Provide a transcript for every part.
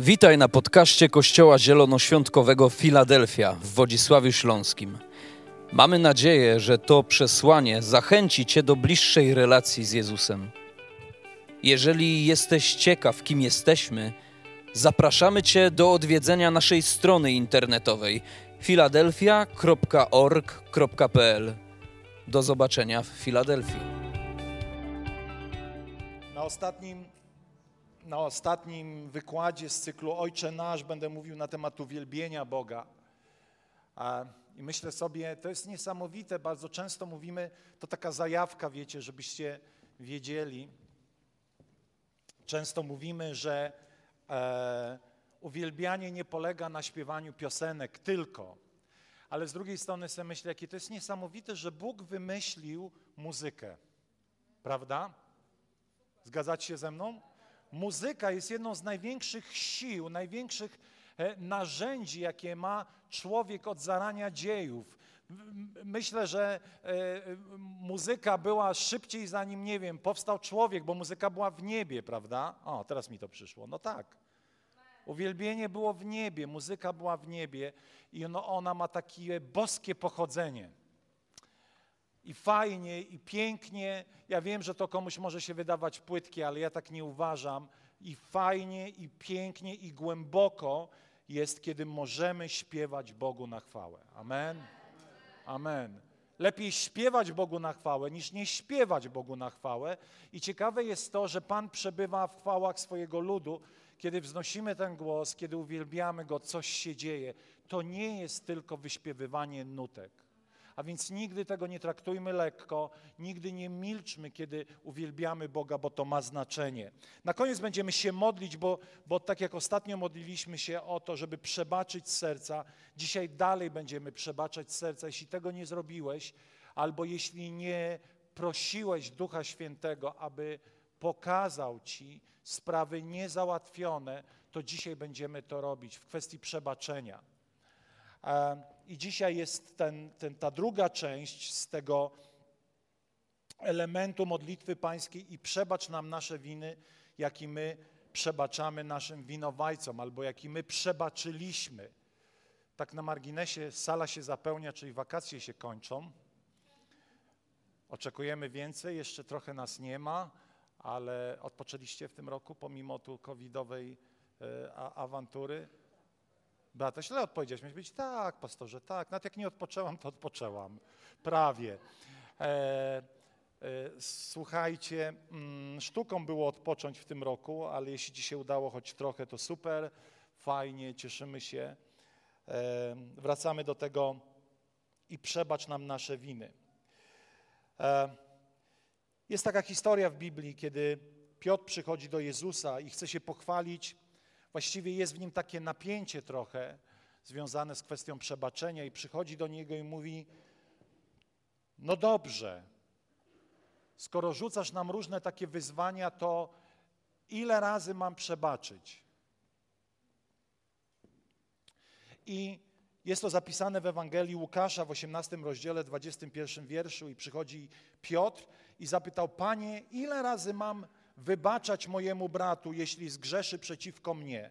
Witaj na podcaście Kościoła Zielonoświątkowego Filadelfia w Wodzisławiu Śląskim. Mamy nadzieję, że to przesłanie zachęci Cię do bliższej relacji z Jezusem. Jeżeli jesteś ciekaw, kim jesteśmy, zapraszamy Cię do odwiedzenia naszej strony internetowej filadelfia.org.pl. Do zobaczenia w Filadelfii. Na ostatnim wykładzie z cyklu Ojcze Nasz będę mówił na temat uwielbienia Boga. I myślę sobie, to jest niesamowite, bardzo często mówimy, to taka zajawka, wiecie, żebyście wiedzieli. Często mówimy, że uwielbianie nie polega na śpiewaniu piosenek tylko. Ale z drugiej strony sobie myślę, jakie to jest niesamowite, że Bóg wymyślił muzykę. Prawda? Zgadzacie się ze mną? Muzyka jest jedną z największych sił, największych narzędzi, jakie ma człowiek od zarania dziejów. Myślę, że muzyka była szybciej, zanim, nie wiem, powstał człowiek, bo muzyka była w niebie, prawda? O, teraz mi to przyszło. No tak. Uwielbienie było w niebie, muzyka była w niebie i ona ma takie boskie pochodzenie. I fajnie, i pięknie. Ja wiem, że to komuś może się wydawać płytkie, ale ja tak nie uważam. I fajnie, i pięknie, i głęboko jest, kiedy możemy śpiewać Bogu na chwałę. Amen? Amen. Lepiej śpiewać Bogu na chwałę, niż nie śpiewać Bogu na chwałę. I ciekawe jest to, że Pan przebywa w chwałach swojego ludu. Kiedy wznosimy ten głos, kiedy uwielbiamy Go, coś się dzieje. To nie jest tylko wyśpiewywanie nutek. A więc nigdy tego nie traktujmy lekko, nigdy nie milczmy, kiedy uwielbiamy Boga, bo to ma znaczenie. Na koniec będziemy się modlić, bo tak jak ostatnio modliliśmy się o to, żeby przebaczyć z serca, dzisiaj dalej będziemy przebaczać z serca. Jeśli tego nie zrobiłeś, albo jeśli nie prosiłeś Ducha Świętego, aby pokazał Ci sprawy niezałatwione, to dzisiaj będziemy to robić w kwestii przebaczenia. I dzisiaj jest ta druga część z tego elementu modlitwy pańskiej i przebacz nam nasze winy, jak i my przebaczamy naszym winowajcom, albo jak i my przebaczyliśmy. Tak na marginesie sala się zapełnia, czyli wakacje się kończą. Oczekujemy więcej, jeszcze trochę nas nie ma, ale odpoczęliście w tym roku pomimo tu covidowej awantury. Beata, źle odpowiedziałeś. Miałeś być tak, pastorze, tak. Nawet jak nie odpoczęłam, to odpoczęłam. Prawie. Słuchajcie, sztuką było odpocząć w tym roku, ale jeśli ci się udało choć trochę, to super, fajnie, cieszymy się. Wracamy do tego i przebacz nam nasze winy. Jest taka historia w Biblii, kiedy Piotr przychodzi do Jezusa i chce się pochwalić. Właściwie jest w nim takie napięcie trochę związane z kwestią przebaczenia i przychodzi do niego i mówi, no dobrze, skoro rzucasz nam różne takie wyzwania, to ile razy mam przebaczyć? I jest to zapisane w Ewangelii Łukasza w 18 rozdziale, 21 wierszu i przychodzi Piotr i zapytał, Panie, ile razy mam wybaczać mojemu bratu, jeśli zgrzeszy przeciwko mnie?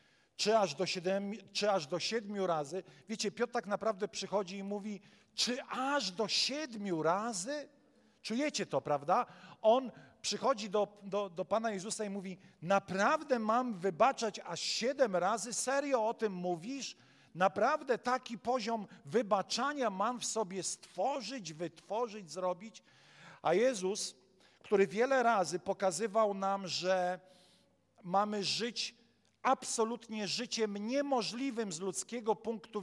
Czy aż do 7 razy? Wiecie, Piotr tak naprawdę przychodzi i mówi, czy aż do 7 razy? Czujecie to, prawda? On przychodzi do Pana Jezusa i mówi, naprawdę mam wybaczać aż 7 razy? Serio o tym mówisz? Naprawdę taki poziom wybaczania mam w sobie stworzyć, wytworzyć, zrobić? A Jezus, który wiele razy pokazywał nam, że mamy żyć absolutnie życiem niemożliwym z ludzkiego punktu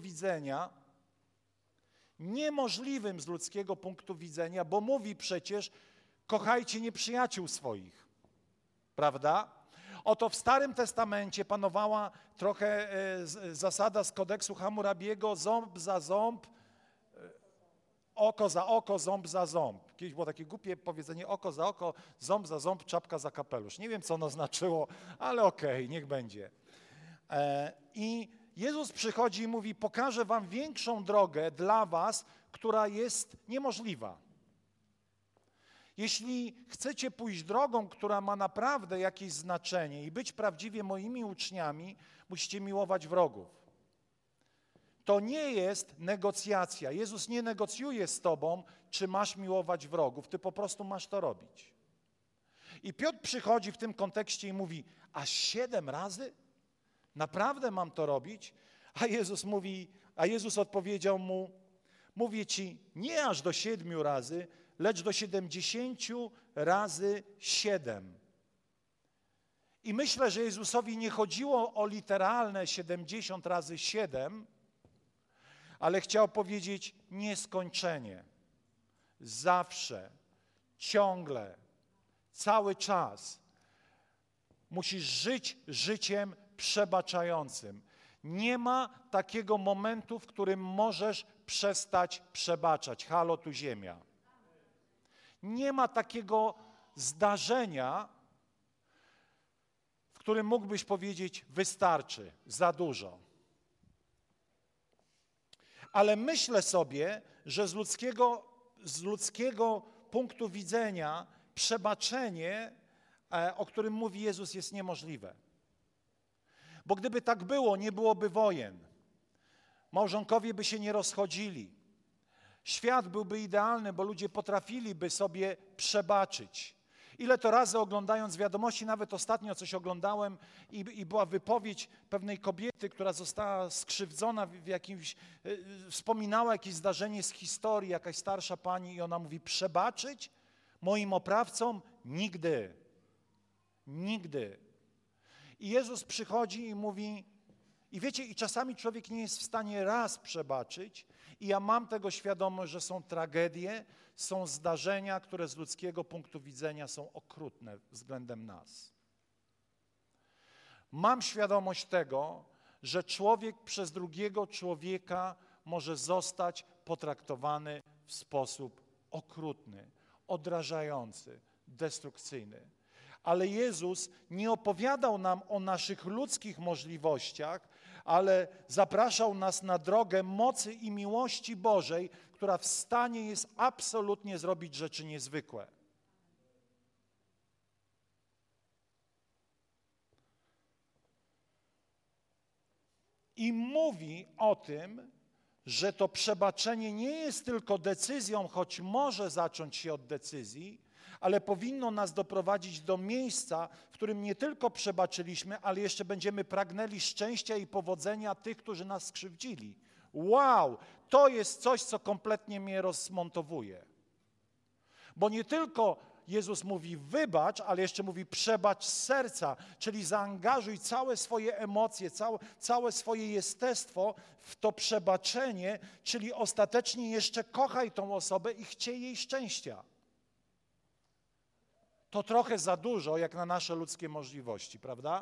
widzenia, bo mówi przecież, kochajcie nieprzyjaciół swoich, prawda? Oto w Starym Testamencie panowała trochę zasada z kodeksu Hammurabiego, ząb za ząb, oko za oko, ząb za ząb. Kiedyś było takie głupie powiedzenie oko za oko, ząb za ząb, czapka za kapelusz. Nie wiem, co ono znaczyło, ale okej, niech będzie. I Jezus przychodzi i mówi, pokażę wam większą drogę dla was, która jest niemożliwa. Jeśli chcecie pójść drogą, która ma naprawdę jakieś znaczenie i być prawdziwie moimi uczniami, musicie miłować wrogów. To nie jest negocjacja. Jezus nie negocjuje z tobą, czy masz miłować wrogów. Ty po prostu masz to robić. I Piotr przychodzi w tym kontekście i mówi, a 7 razy? Naprawdę mam to robić? A Jezus odpowiedział mu, mówię ci, nie aż do 7 razy, lecz do 70 razy 7. I myślę, że Jezusowi nie chodziło o literalne 70 razy 7, ale chciał powiedzieć nieskończenie, zawsze, ciągle, cały czas. Musisz żyć życiem przebaczającym. Nie ma takiego momentu, w którym możesz przestać przebaczać. Halo, tu ziemia. Nie ma takiego zdarzenia, w którym mógłbyś powiedzieć, wystarczy, za dużo. Ale myślę sobie, że z ludzkiego punktu widzenia przebaczenie, o którym mówi Jezus, jest niemożliwe. Bo gdyby tak było, nie byłoby wojen. Małżonkowie by się nie rozchodzili. Świat byłby idealny, bo ludzie potrafiliby sobie przebaczyć. Ile to razy oglądając wiadomości, nawet ostatnio coś oglądałem i była wypowiedź pewnej kobiety, która została skrzywdzona w jakimś, wspominała jakieś zdarzenie z historii, jakaś starsza pani i ona mówi, przebaczyć moim oprawcom? Nigdy. Nigdy. I Jezus przychodzi i mówi, i wiecie, i czasami człowiek nie jest w stanie raz przebaczyć i ja mam tego świadomość, że są tragedie, są zdarzenia, które z ludzkiego punktu widzenia są okrutne względem nas. Mam świadomość tego, że człowiek przez drugiego człowieka może zostać potraktowany w sposób okrutny, odrażający, destrukcyjny. Ale Jezus nie opowiadał nam o naszych ludzkich możliwościach, ale zapraszał nas na drogę mocy i miłości Bożej, która w stanie jest absolutnie zrobić rzeczy niezwykłe. I mówi o tym, że to przebaczenie nie jest tylko decyzją, choć może zacząć się od decyzji, ale powinno nas doprowadzić do miejsca, w którym nie tylko przebaczyliśmy, ale jeszcze będziemy pragnęli szczęścia i powodzenia tych, którzy nas skrzywdzili. Wow, to jest coś, co kompletnie mnie rozmontowuje. Bo nie tylko Jezus mówi wybacz, ale jeszcze mówi przebacz z serca, czyli zaangażuj całe swoje emocje, całe swoje jestestwo w to przebaczenie, czyli ostatecznie jeszcze kochaj tą osobę i chciej jej szczęścia. To trochę za dużo, jak na nasze ludzkie możliwości, prawda?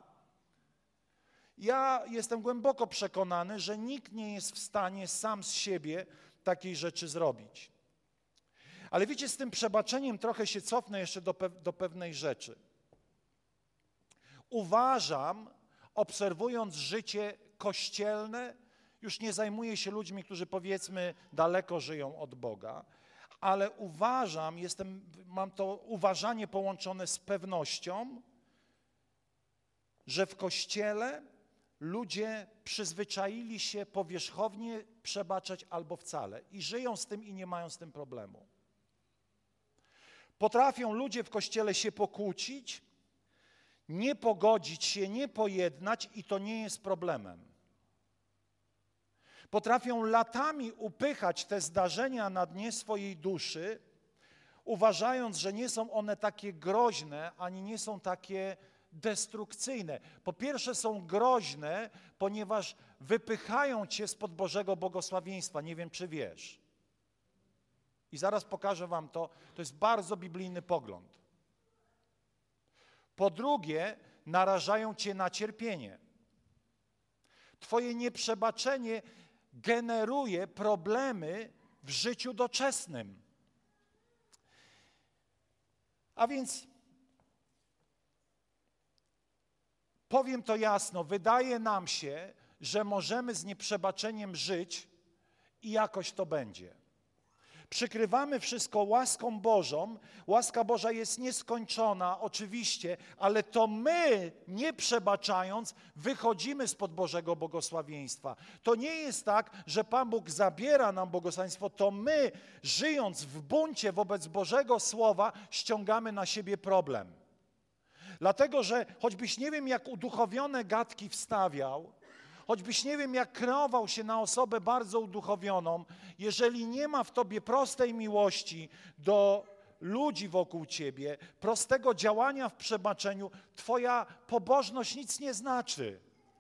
Ja jestem głęboko przekonany, że nikt nie jest w stanie sam z siebie takiej rzeczy zrobić. Ale wiecie, z tym przebaczeniem trochę się cofnę jeszcze do pewnej rzeczy. Uważam, obserwując życie kościelne, już nie zajmuję się ludźmi, którzy powiedzmy daleko żyją od Boga, ale uważam, mam to uważanie połączone z pewnością, że w Kościele ludzie przyzwyczaili się powierzchownie przebaczać albo wcale i żyją z tym i nie mają z tym problemu. Potrafią ludzie w Kościele się pokłócić, nie pogodzić się, nie pojednać i to nie jest problemem. Potrafią latami upychać te zdarzenia na dnie swojej duszy, uważając, że nie są one takie groźne, ani nie są takie destrukcyjne. Po pierwsze są groźne, ponieważ wypychają cię spod Bożego błogosławieństwa. Nie wiem, czy wiesz. I zaraz pokażę wam to. To jest bardzo biblijny pogląd. Po drugie, narażają cię na cierpienie. Twoje nieprzebaczenie generuje problemy w życiu doczesnym. A więc powiem to jasno, wydaje nam się, że możemy z nieprzebaczeniem żyć i jakoś to będzie. Przykrywamy wszystko łaską Bożą. Łaska Boża jest nieskończona, oczywiście, ale to my, nie przebaczając, wychodzimy spod Bożego błogosławieństwa. To nie jest tak, że Pan Bóg zabiera nam błogosławieństwo, to my, żyjąc w buncie wobec Bożego Słowa, ściągamy na siebie problem. Dlatego, że choćbyś nie wiem, jak uduchowione gadki wstawiał, choćbyś nie wiem, jak kreował się na osobę bardzo uduchowioną, jeżeli nie ma w tobie prostej miłości do ludzi wokół ciebie, prostego działania w przebaczeniu, twoja pobożność nic nie znaczy.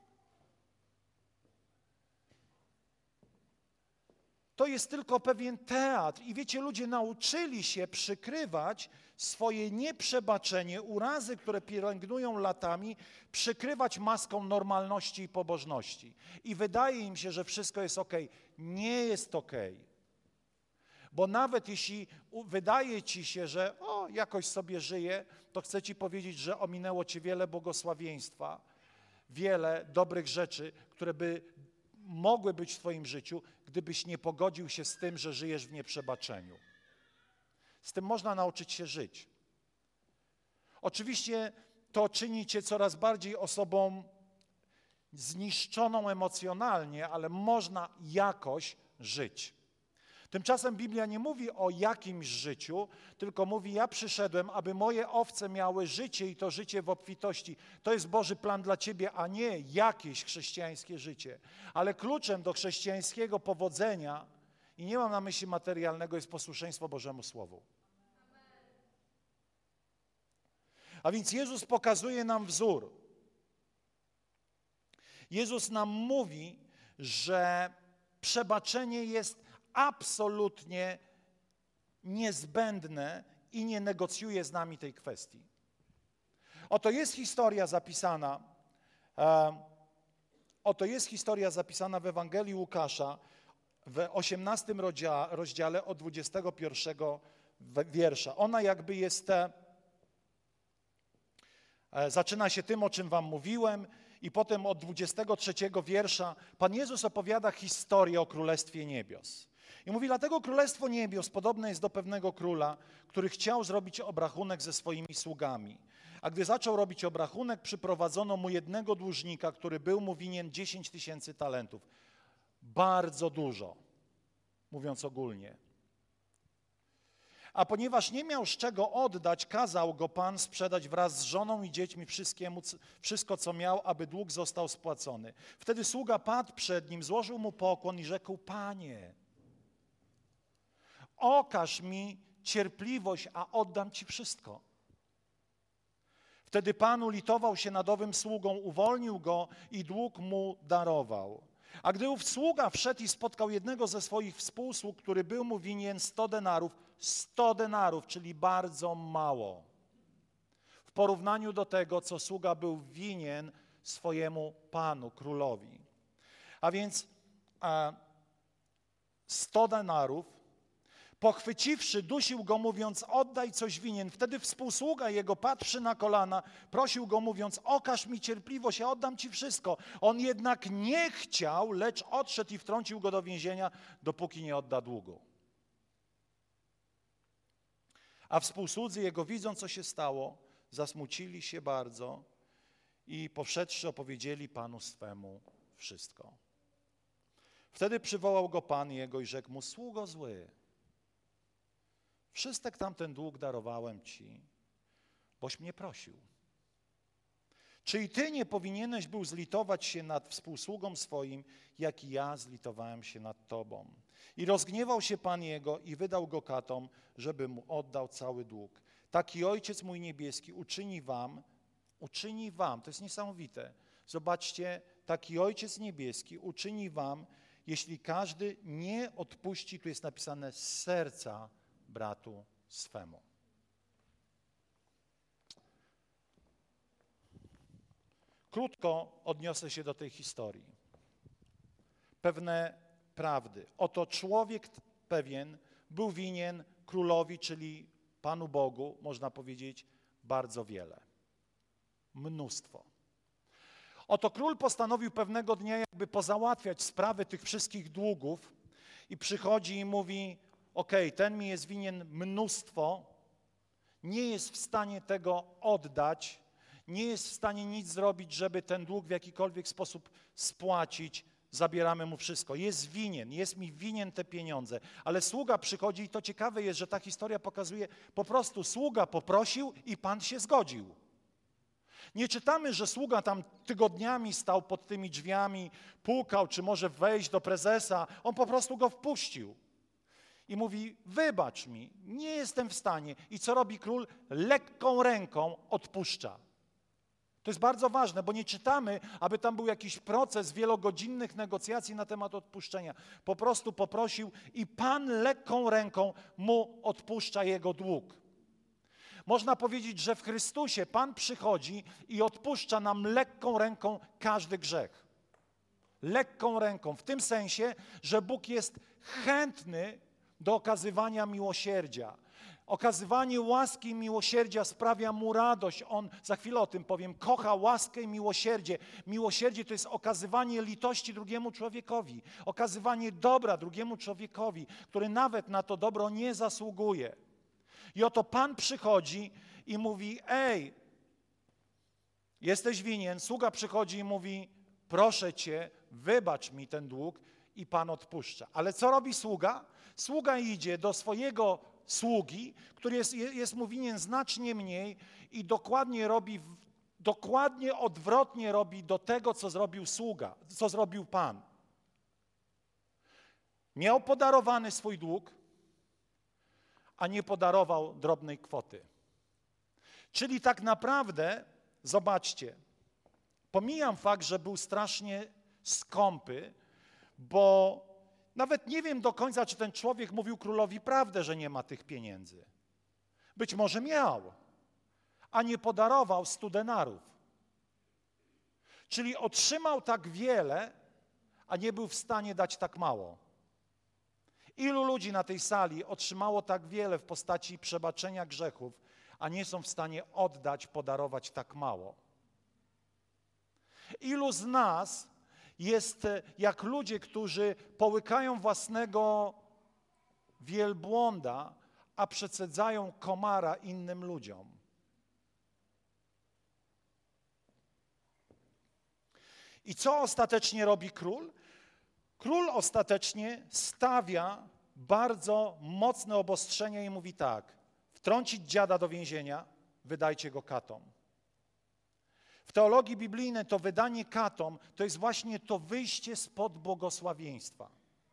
To jest tylko pewien teatr. I wiecie, ludzie nauczyli się przykrywać swoje nieprzebaczenie, urazy, które pielęgnują latami, przykrywać maską normalności i pobożności. I wydaje im się, że wszystko jest okej. Nie jest okej. Bo nawet jeśli wydaje ci się, że jakoś sobie żyje, to chcę ci powiedzieć, że ominęło cię wiele błogosławieństwa, wiele dobrych rzeczy, które by mogły być w twoim życiu, gdybyś nie pogodził się z tym, że żyjesz w nieprzebaczeniu. Z tym można nauczyć się żyć. Oczywiście to czyni cię coraz bardziej osobą zniszczoną emocjonalnie, ale można jakoś żyć. Tymczasem Biblia nie mówi o jakimś życiu, tylko mówi: ja przyszedłem, aby moje owce miały życie i to życie w obfitości. To jest Boży plan dla ciebie, a nie jakieś chrześcijańskie życie. Ale kluczem do chrześcijańskiego powodzenia, i nie mam na myśli materialnego, jest posłuszeństwo Bożemu Słowu. A więc Jezus pokazuje nam wzór. Jezus nam mówi, że przebaczenie jest absolutnie niezbędne i nie negocjuje z nami tej kwestii. Oto jest historia zapisana w Ewangelii Łukasza w 18 rozdziale od 21 wiersza. Ona jakby jest, zaczyna się tym, o czym wam mówiłem, i potem od 23 wiersza Pan Jezus opowiada historię o Królestwie Niebios. I mówi: dlatego Królestwo Niebios podobne jest do pewnego króla, który chciał zrobić obrachunek ze swoimi sługami. A gdy zaczął robić obrachunek, przyprowadzono mu jednego dłużnika, który był mu winien 10 000 talentów. Bardzo dużo, mówiąc ogólnie. A ponieważ nie miał z czego oddać, kazał go Pan sprzedać wraz z żoną i dziećmi wszystko, co miał, aby dług został spłacony. Wtedy sługa padł przed nim, złożył mu pokłon i rzekł: Panie, okaż mi cierpliwość, a oddam ci wszystko. Wtedy Pan ulitował się nad owym sługą, uwolnił go i dług mu darował. A gdy ów sługa wszedł i spotkał jednego ze swoich współsług, który był mu winien 100 denarów, 100 denarów, czyli bardzo mało, w porównaniu do tego, co sługa był winien swojemu panu, królowi. A więc 100 denarów, pochwyciwszy, dusił go, mówiąc: oddaj, coś winien. Wtedy współsługa jego, padłszy na kolana, prosił go, mówiąc: okaż mi cierpliwość, ja oddam ci wszystko. On jednak nie chciał, lecz odszedł i wtrącił go do więzienia, dopóki nie odda długu. A współsłudzy jego, widząc, co się stało, zasmucili się bardzo i powszedłszy, opowiedzieli panu swemu wszystko. Wtedy przywołał go pan jego i rzekł mu: sługo zły, wszystek tamten dług darowałem ci, boś mnie prosił. Czy i ty nie powinieneś był zlitować się nad współsługą swoim, jak i ja zlitowałem się nad tobą? I rozgniewał się pan jego i wydał go katom, żeby mu oddał cały dług. Taki Ojciec mój niebieski uczyni wam, to jest niesamowite. Zobaczcie, taki Ojciec niebieski uczyni wam, jeśli każdy nie odpuści, tu jest napisane, z serca bratu swemu. Krótko odniosę się do tej historii. Pewne prawdy. Oto człowiek pewien był winien królowi, czyli Panu Bogu, można powiedzieć, bardzo wiele. Mnóstwo. Oto król postanowił pewnego dnia jakby pozałatwiać sprawy tych wszystkich długów i przychodzi i mówi: ten mi jest winien mnóstwo, nie jest w stanie tego oddać, nie jest w stanie nic zrobić, żeby ten dług w jakikolwiek sposób spłacić, zabieramy mu wszystko. Jest mi winien te pieniądze. Ale sługa przychodzi i to ciekawe jest, że ta historia pokazuje, po prostu sługa poprosił i Pan się zgodził. Nie czytamy, że sługa tam tygodniami stał pod tymi drzwiami, pukał, czy może wejść do prezesa. On po prostu go wpuścił. I mówi, wybacz mi, nie jestem w stanie. I co robi król? Lekką ręką odpuszcza. To jest bardzo ważne, bo nie czytamy, aby tam był jakiś proces wielogodzinnych negocjacji na temat odpuszczenia. Po prostu poprosił i Pan lekką ręką mu odpuszcza jego dług. Można powiedzieć, że w Chrystusie Pan przychodzi i odpuszcza nam lekką ręką każdy grzech. Lekką ręką, w tym sensie, że Bóg jest chętny do okazywania miłosierdzia. Okazywanie łaski i miłosierdzia sprawia mu radość. On, za chwilę o tym powiem, kocha łaskę i miłosierdzie. Miłosierdzie to jest okazywanie litości drugiemu człowiekowi, okazywanie dobra drugiemu człowiekowi, który nawet na to dobro nie zasługuje. I oto Pan przychodzi i mówi, jesteś winien. Sługa przychodzi i mówi, proszę Cię, wybacz mi ten dług i Pan odpuszcza. Ale co robi sługa? Sługa idzie do swojego sługi, który jest mu winien znacznie mniej i dokładnie odwrotnie robi do tego, co zrobił sługa, co zrobił Pan. Miał podarowany swój dług, a nie podarował drobnej kwoty. Czyli tak naprawdę, zobaczcie, pomijam fakt, że był strasznie skąpy, bo nawet nie wiem do końca, czy ten człowiek mówił królowi prawdę, że nie ma tych pieniędzy. Być może miał, a nie podarował 100 denarów. Czyli otrzymał tak wiele, a nie był w stanie dać tak mało. Ilu ludzi na tej sali otrzymało tak wiele w postaci przebaczenia grzechów, a nie są w stanie oddać, podarować tak mało? Ilu z nas jest jak ludzie, którzy połykają własnego wielbłąda, a przecedzają komara innym ludziom? I co ostatecznie robi król? Król ostatecznie stawia bardzo mocne obostrzenia i mówi tak, wtrącić dziada do więzienia, wydajcie go katom. W teologii biblijnej to wydanie katom to jest właśnie to wyjście spod błogosławieństwa.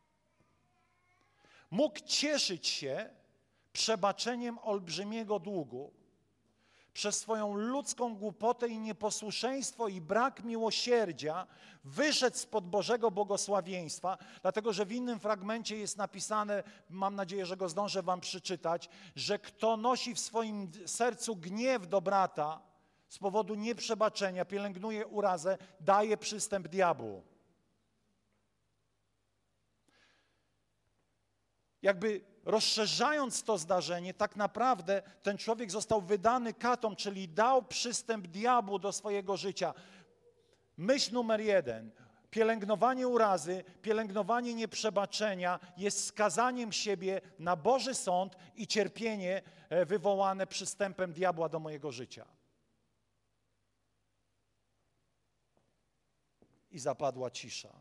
Mógł cieszyć się przebaczeniem olbrzymiego długu, przez swoją ludzką głupotę i nieposłuszeństwo i brak miłosierdzia wyszedł spod Bożego błogosławieństwa, dlatego że w innym fragmencie jest napisane, mam nadzieję, że go zdążę wam przeczytać, że kto nosi w swoim sercu gniew do brata z powodu nieprzebaczenia, pielęgnuje urazę, daje przystęp diabłu. Jakby rozszerzając to zdarzenie, tak naprawdę ten człowiek został wydany katom, czyli dał przystęp diabłu do swojego życia. Myśl numer 1. Pielęgnowanie urazy, pielęgnowanie nieprzebaczenia jest skazaniem siebie na Boży sąd i cierpienie wywołane przystępem diabła do mojego życia. I zapadła cisza.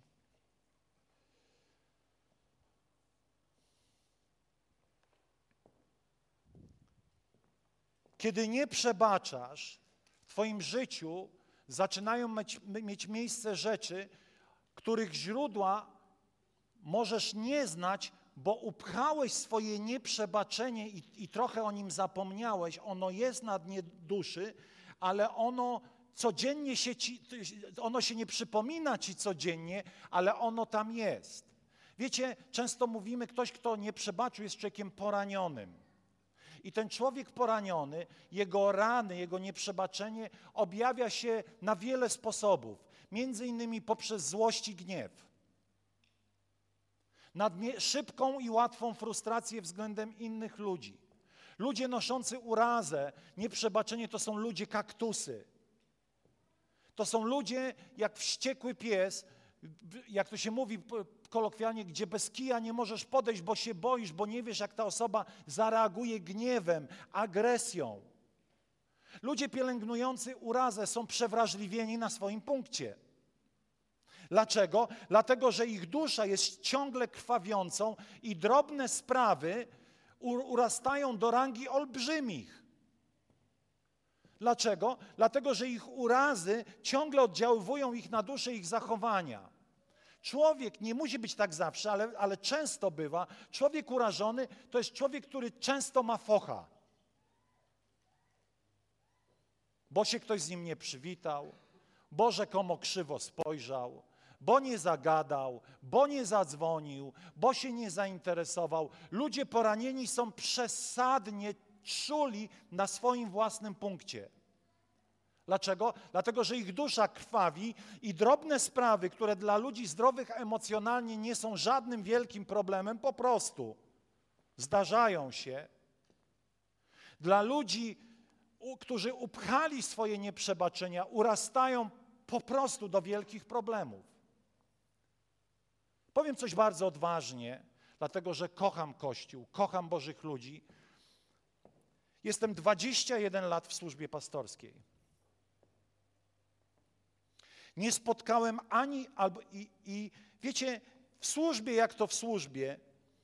Kiedy nie przebaczasz, w twoim życiu zaczynają mieć miejsce rzeczy, których źródła możesz nie znać, bo upchałeś swoje nieprzebaczenie i trochę o nim zapomniałeś. Ono jest na dnie duszy, ale ono codziennie ono się nie przypomina ci codziennie, ale ono tam jest. Wiecie, często mówimy, ktoś, kto nie przebaczył, jest człowiekiem poranionym. I ten człowiek poraniony, jego rany, jego nieprzebaczenie objawia się na wiele sposobów. Między innymi poprzez złość i gniew. Szybką i łatwą frustrację względem innych ludzi. Ludzie noszący urazę, nieprzebaczenie to są ludzie kaktusy. To są ludzie jak wściekły pies, jak to się mówi, kolokwialnie, gdzie bez kija nie możesz podejść, bo się boisz, bo nie wiesz, jak ta osoba zareaguje gniewem, agresją. Ludzie pielęgnujący urazę są przewrażliwieni na swoim punkcie. Dlaczego? Dlatego, że ich dusza jest ciągle krwawiącą i drobne sprawy urastają do rangi olbrzymich. Dlaczego? Dlatego, że ich urazy ciągle oddziaływują ich na duszę, ich zachowania. Człowiek, nie musi być tak zawsze, ale często bywa, człowiek urażony to jest człowiek, który często ma focha. Bo się ktoś z nim nie przywitał, bo rzekomo krzywo spojrzał, bo nie zagadał, bo nie zadzwonił, bo się nie zainteresował. Ludzie poranieni są przesadnie czuli na swoim własnym punkcie. Dlaczego? Dlatego, że ich dusza krwawi i drobne sprawy, które dla ludzi zdrowych emocjonalnie nie są żadnym wielkim problemem, po prostu zdarzają się. Dla ludzi, którzy upchali swoje nieprzebaczenia, urastają po prostu do wielkich problemów. Powiem coś bardzo odważnie, dlatego że kocham Kościół, kocham Bożych ludzi. Jestem 21 lat w służbie pastorskiej. Nie spotkałem i wiecie, w służbie jak to w służbie,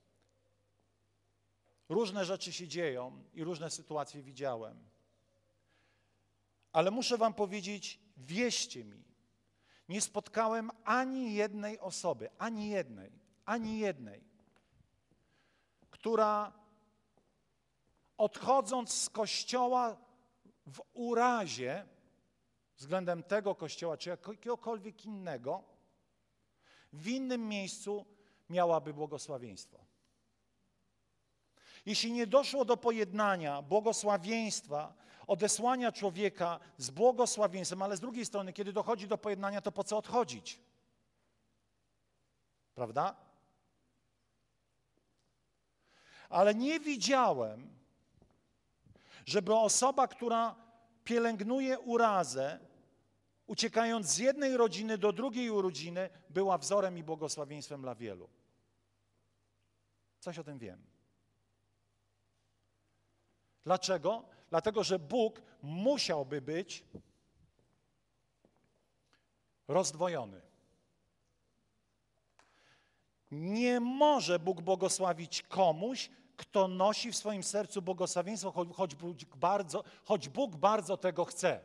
różne rzeczy się dzieją i różne sytuacje widziałem. Ale muszę wam powiedzieć, wierzcie mi, nie spotkałem ani jednej osoby, ani jednej, która odchodząc z kościoła w urazie względem tego kościoła, czy jakiegokolwiek innego, w innym miejscu miałaby błogosławieństwo. Jeśli nie doszło do pojednania, błogosławieństwa, odesłania człowieka z błogosławieństwem, ale z drugiej strony, kiedy dochodzi do pojednania, to po co odchodzić? Prawda? Ale nie widziałem, żeby osoba, która pielęgnuje urazę, uciekając z jednej rodziny do drugiej rodziny, była wzorem i błogosławieństwem dla wielu. Coś o tym wiem. Dlaczego? Dlatego, że Bóg musiałby być rozdwojony. Nie może Bóg błogosławić komuś, kto nosi w swoim sercu błogosławieństwo, choć Bóg bardzo tego chce.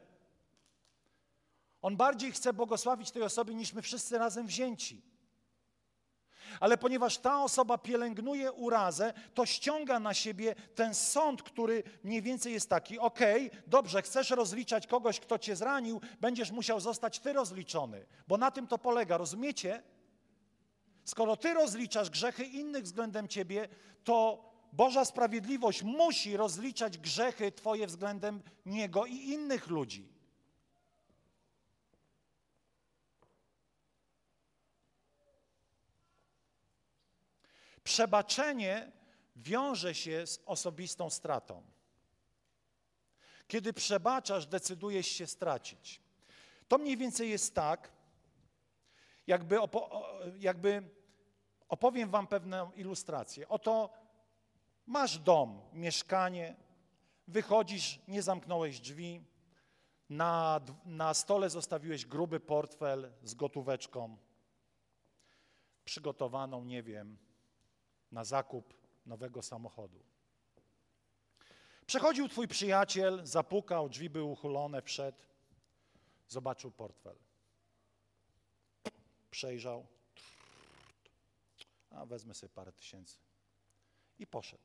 On bardziej chce błogosławić tej osoby, niż my wszyscy razem wzięci. Ale ponieważ ta osoba pielęgnuje urazę, to ściąga na siebie ten sąd, który mniej więcej jest taki: okej, dobrze, chcesz rozliczać kogoś, kto cię zranił, będziesz musiał zostać ty rozliczony, bo na tym to polega, rozumiecie? Skoro ty rozliczasz grzechy innych względem ciebie, to Boża sprawiedliwość musi rozliczać grzechy twoje względem Niego i innych ludzi. Przebaczenie wiąże się z osobistą stratą. Kiedy przebaczasz, decydujesz się stracić. To mniej więcej jest tak, jakby opowiem wam pewną ilustrację. Oto masz dom, mieszkanie, wychodzisz, nie zamknąłeś drzwi, na stole zostawiłeś gruby portfel z gotóweczką, przygotowaną, nie wiem, na zakup nowego samochodu. Przechodził twój przyjaciel, zapukał, drzwi były uchylone, wszedł, zobaczył portfel. Przejrzał, a wezmę sobie parę tysięcy i poszedł.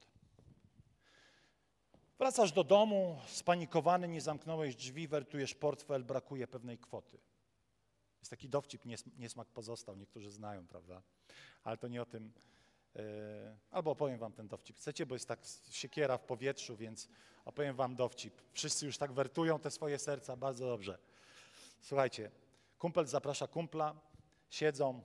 Wracasz do domu, spanikowany, nie zamknąłeś drzwi, wertujesz portfel, brakuje pewnej kwoty. Jest taki dowcip, niesmak pozostał, niektórzy znają, prawda? Ale to nie o tym, albo opowiem wam ten dowcip. Chcecie, bo jest tak siekiera w powietrzu, więc opowiem wam dowcip. Wszyscy już tak wertują te swoje serca, bardzo dobrze. Słuchajcie, kumpel zaprasza kumpla, siedzą,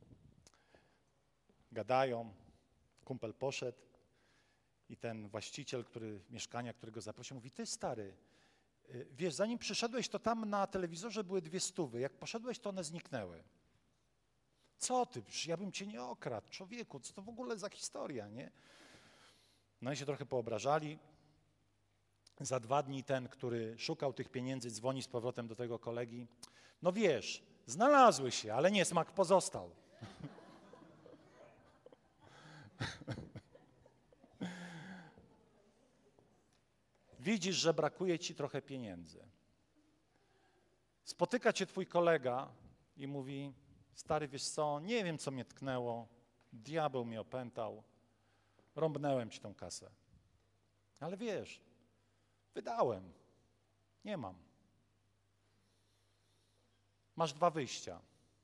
gadają, kumpel poszedł i ten właściciel mieszkania, którego zaprosił, mówi: ty stary, wiesz, zanim przyszedłeś, to tam na telewizorze były 200, jak poszedłeś, to one zniknęły. Co ty, przecież ja bym cię nie okradł, człowieku, co to w ogóle za historia, nie? No i się trochę poobrażali. Za 2 dni ten, który szukał tych pieniędzy, dzwoni z powrotem do tego kolegi. No wiesz, znalazły się, ale niesmak pozostał. Widzisz, że brakuje ci trochę pieniędzy. Spotyka cię twój kolega i mówi, stary, wiesz co, nie wiem, co mnie tknęło, diabeł mnie opętał, rąbnąłem ci tą kasę. Ale wiesz, wydałem, nie mam. Masz 2 wyjścia.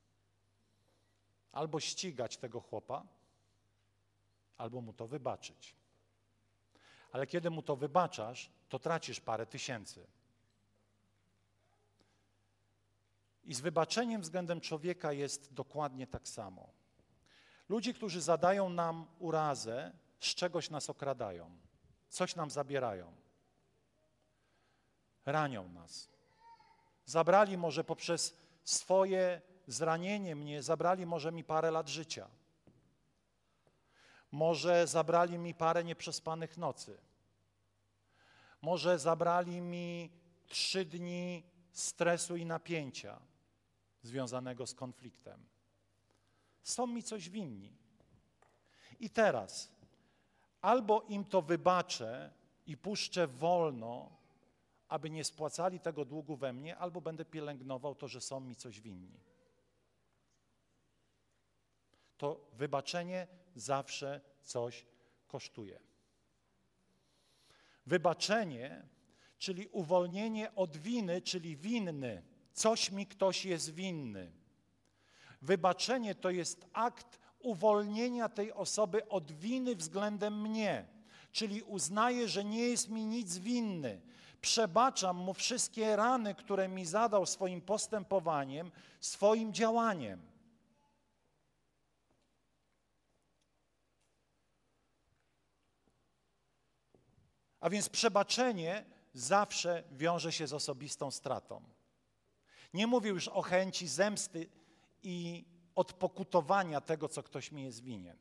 Albo ścigać tego chłopa, albo mu to wybaczyć. Ale kiedy mu to wybaczasz, to tracisz parę tysięcy. I z wybaczeniem względem człowieka jest dokładnie tak samo. Ludzie, którzy zadają nam urazę, z czegoś nas okradają, coś nam zabierają, ranią nas. Zabrali może poprzez swoje zranienie mnie, zabrali może mi parę lat życia. Może zabrali mi parę nieprzespanych nocy. Może zabrali mi 3 dni stresu i napięcia związanego z konfliktem. Są mi coś winni. I teraz albo im to wybaczę i puszczę wolno, aby nie spłacali tego długu we mnie, albo będę pielęgnował to, że są mi coś winni. To wybaczenie zawsze coś kosztuje. Wybaczenie, czyli uwolnienie od winy, czyli winny. Coś mi ktoś jest winny. Wybaczenie to jest akt uwolnienia tej osoby od winy względem mnie, czyli uznaję, że nie jest mi nic winny. Przebaczam mu wszystkie rany, które mi zadał swoim postępowaniem, swoim działaniem. A więc przebaczenie zawsze wiąże się z osobistą stratą. Nie mówię już o chęci zemsty i odpokutowania tego, co ktoś mi jest winien.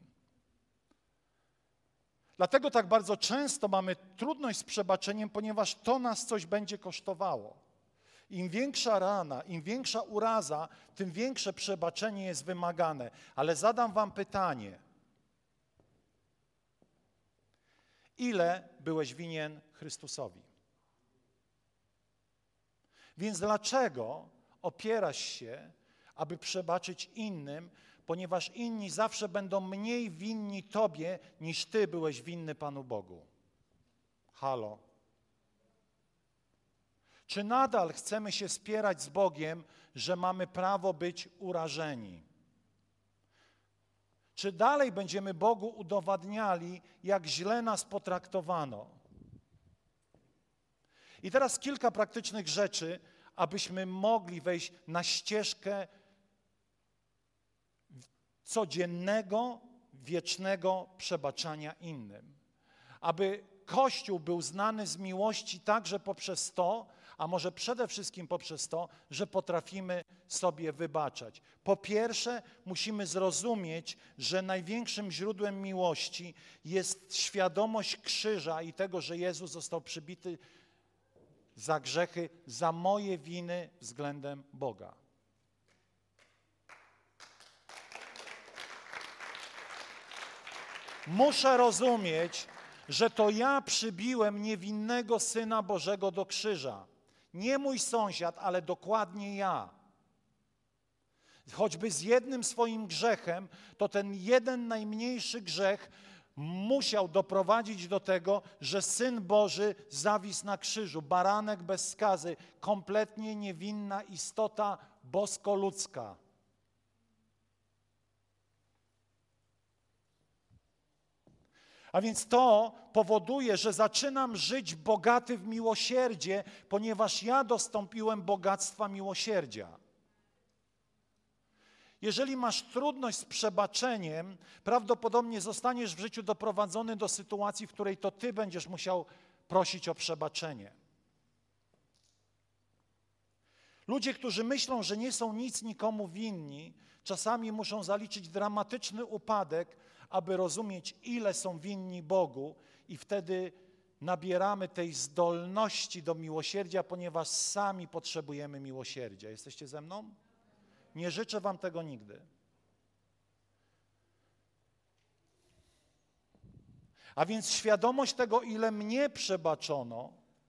Dlatego tak bardzo często mamy trudność z przebaczeniem, ponieważ to nas coś będzie kosztowało. Im większa rana, im większa uraza, tym większe przebaczenie jest wymagane. Ale zadam wam pytanie. Ile byłeś winien Chrystusowi? Więc dlaczego opierasz się, aby przebaczyć innym, ponieważ inni zawsze będą mniej winni Tobie, niż Ty byłeś winny Panu Bogu? Halo. Czy nadal chcemy się spierać z Bogiem, że mamy prawo być urażeni? Czy dalej będziemy Bogu udowadniali, jak źle nas potraktowano? I teraz kilka praktycznych rzeczy, abyśmy mogli wejść na ścieżkę codziennego, wiecznego przebaczania innym. Aby Kościół był znany z miłości także poprzez to, a może przede wszystkim poprzez to, że potrafimy sobie wybaczać. Po pierwsze, musimy zrozumieć, że największym źródłem miłości jest świadomość krzyża i tego, że Jezus został przybity za grzechy, za moje winy względem Boga. Muszę rozumieć, że to ja przybiłem niewinnego Syna Bożego do krzyża. Nie mój sąsiad, ale dokładnie ja. Choćby z jednym swoim grzechem, to ten jeden najmniejszy grzech musiał doprowadzić do tego, że Syn Boży zawisł na krzyżu. Baranek bez skazy, kompletnie niewinna istota bosko-ludzka. A więc to powoduje, że zaczynam żyć bogaty w miłosierdzie, ponieważ ja dostąpiłem bogactwa miłosierdzia. Jeżeli masz trudność z przebaczeniem, prawdopodobnie zostaniesz w życiu doprowadzony do sytuacji, w której to ty będziesz musiał prosić o przebaczenie. Ludzie, którzy myślą, że nie są nic nikomu winni, czasami muszą zaliczyć dramatyczny upadek, aby rozumieć, ile są winni Bogu, i wtedy nabieramy tej zdolności do miłosierdzia, ponieważ sami potrzebujemy miłosierdzia. Jesteście ze mną? Nie życzę wam tego nigdy. A więc świadomość tego, ile mnie przebaczono,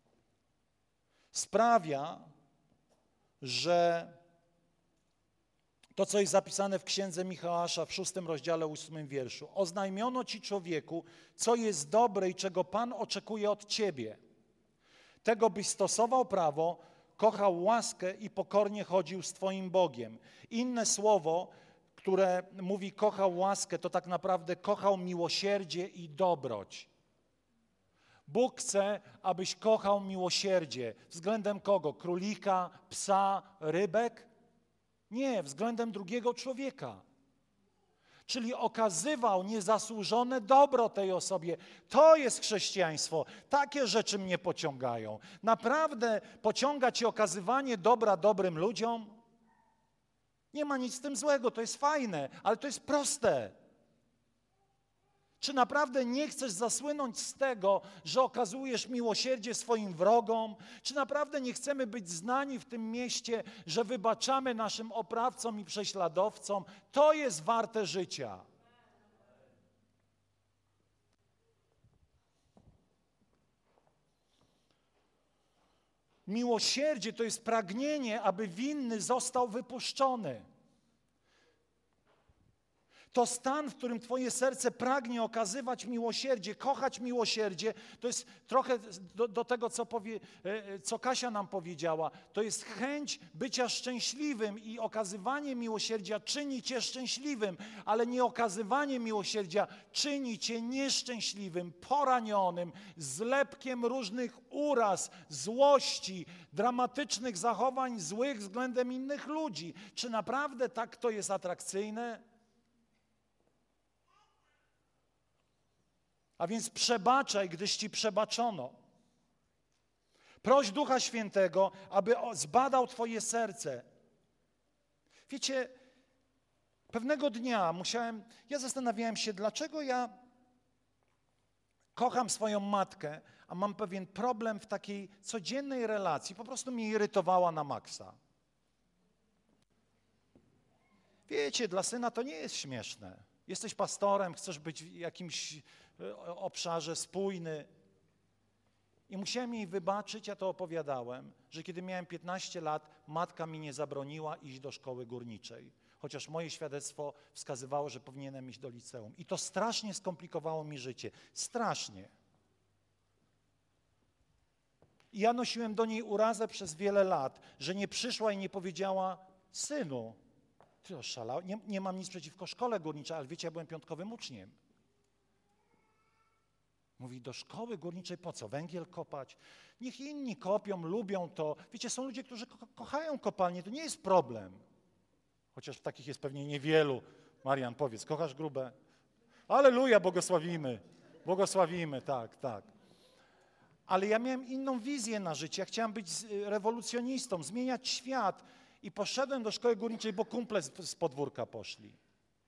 sprawia, że to, co jest zapisane w Księdze Michała w 6 rozdziale 8 wierszu. Oznajmiono ci, człowieku, co jest dobre i czego Pan oczekuje od ciebie. Tego, byś stosował prawo, kochał łaskę i pokornie chodził z twoim Bogiem. Inne słowo, które mówi kochał łaskę, to tak naprawdę kochał miłosierdzie i dobroć. Bóg chce, abyś kochał miłosierdzie. Względem kogo? Królika, psa, rybek? Nie, względem drugiego człowieka. Czyli okazywał niezasłużone dobro tej osobie. To jest chrześcijaństwo. Takie rzeczy mnie pociągają. Naprawdę pociąga cię okazywanie dobra dobrym ludziom? Nie ma nic z tym złego, to jest fajne, ale to jest proste. Czy naprawdę nie chcesz zasłynąć z tego, że okazujesz miłosierdzie swoim wrogom? Czy naprawdę nie chcemy być znani w tym mieście, że wybaczamy naszym oprawcom i prześladowcom? To jest warte życia. Miłosierdzie to jest pragnienie, aby winny został wypuszczony. To stan, w którym twoje serce pragnie okazywać miłosierdzie, kochać miłosierdzie, to jest trochę do tego, co Kasia nam powiedziała. To jest chęć bycia szczęśliwym i okazywanie miłosierdzia czyni cię szczęśliwym, ale nie okazywanie miłosierdzia czyni cię nieszczęśliwym, poranionym, zlepkiem różnych uraz, złości, dramatycznych zachowań złych względem innych ludzi. Czy naprawdę tak to jest atrakcyjne? A więc przebaczaj, gdyż ci przebaczono. Proś Ducha Świętego, aby zbadał twoje serce. Wiecie, pewnego dnia ja zastanawiałem się, dlaczego ja kocham swoją matkę, a mam pewien problem w takiej codziennej relacji. Po prostu mnie irytowała na maksa. Wiecie, dla syna to nie jest śmieszne. Jesteś pastorem, chcesz być w jakimś obszarze spójny. I musiałem jej wybaczyć, ja to opowiadałem, że kiedy miałem 15 lat, matka mi nie zabroniła iść do szkoły górniczej. Chociaż moje świadectwo wskazywało, że powinienem iść do liceum. I to strasznie skomplikowało mi życie. Strasznie. I ja nosiłem do niej urazę przez wiele lat, że nie przyszła i nie powiedziała: synu, ty oszalał, nie mam nic przeciwko szkole górniczej, ale wiecie, ja byłem piątkowym uczniem. Mówi: do szkoły górniczej po co? Węgiel kopać? Niech inni kopią, lubią to. Wiecie, są ludzie, którzy kochają kopalnię, to nie jest problem. Chociaż takich jest pewnie niewielu. Marian, powiedz, kochasz grube? Alleluja, błogosławimy. Błogosławimy, tak, tak. Ale ja miałem inną wizję na życie. Ja chciałem być rewolucjonistą, zmieniać świat. I poszedłem do szkoły górniczej, bo kumple z podwórka poszli.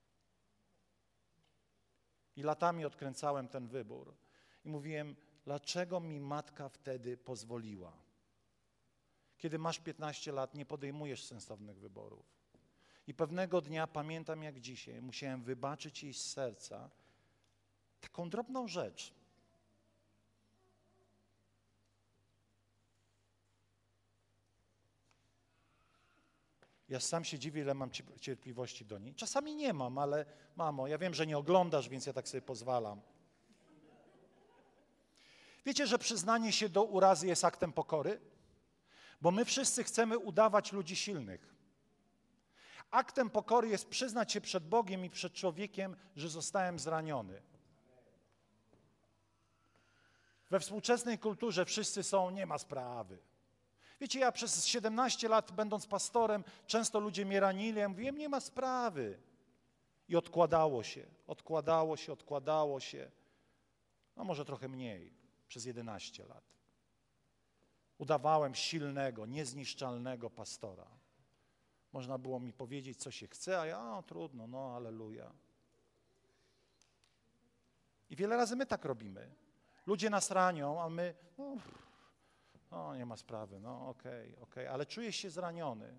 I latami odkręcałem ten wybór. I mówiłem: dlaczego mi matka wtedy pozwoliła? Kiedy masz 15 lat, nie podejmujesz sensownych wyborów. I pewnego dnia, pamiętam jak dzisiaj, musiałem wybaczyć jej z serca taką drobną rzecz. Ja sam się dziwię, ile mam cierpliwości do niej. Czasami nie mam, ale mamo, ja wiem, że nie oglądasz, więc ja tak sobie pozwalam. Wiecie, że przyznanie się do urazy jest aktem pokory? Bo my wszyscy chcemy udawać ludzi silnych. Aktem pokory jest przyznać się przed Bogiem i przed człowiekiem, że zostałem zraniony. We współczesnej kulturze wszyscy są: nie ma sprawy. Wiecie, ja przez 17 lat, będąc pastorem, często ludzie mnie ranili, ja mówiłem: nie ma sprawy. I odkładało się. No może trochę mniej, przez 11 lat. Udawałem silnego, niezniszczalnego pastora. Można było mi powiedzieć, co się chce, a ja, trudno, no, alleluja. I wiele razy my tak robimy. Ludzie nas ranią, a my, no nie ma sprawy, no okej, ale czujesz się zraniony.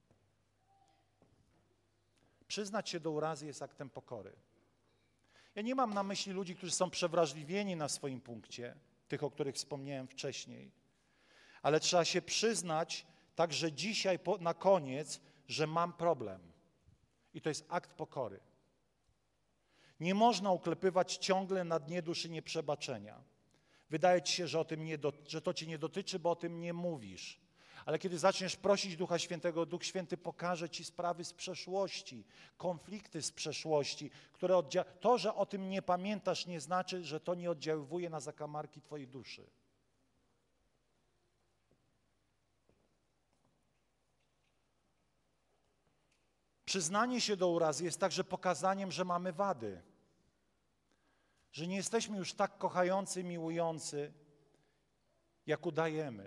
Przyznać się do urazy jest aktem pokory. Ja nie mam na myśli ludzi, którzy są przewrażliwieni na swoim punkcie, tych, o których wspomniałem wcześniej, ale trzeba się przyznać także dzisiaj na koniec, że mam problem. I to jest akt pokory. Nie można uklepywać ciągle na dnie duszy nieprzebaczenia. Wydaje ci się, że to cię nie dotyczy, bo o tym nie mówisz. Ale kiedy zaczniesz prosić Ducha Świętego, Duch Święty pokaże ci sprawy z przeszłości, konflikty z przeszłości, które to, że o tym nie pamiętasz, nie znaczy, że to nie oddziaływuje na zakamarki twojej duszy. Przyznanie się do urazy jest także pokazaniem, że mamy wady, że nie jesteśmy już tak kochający, miłujący, jak udajemy.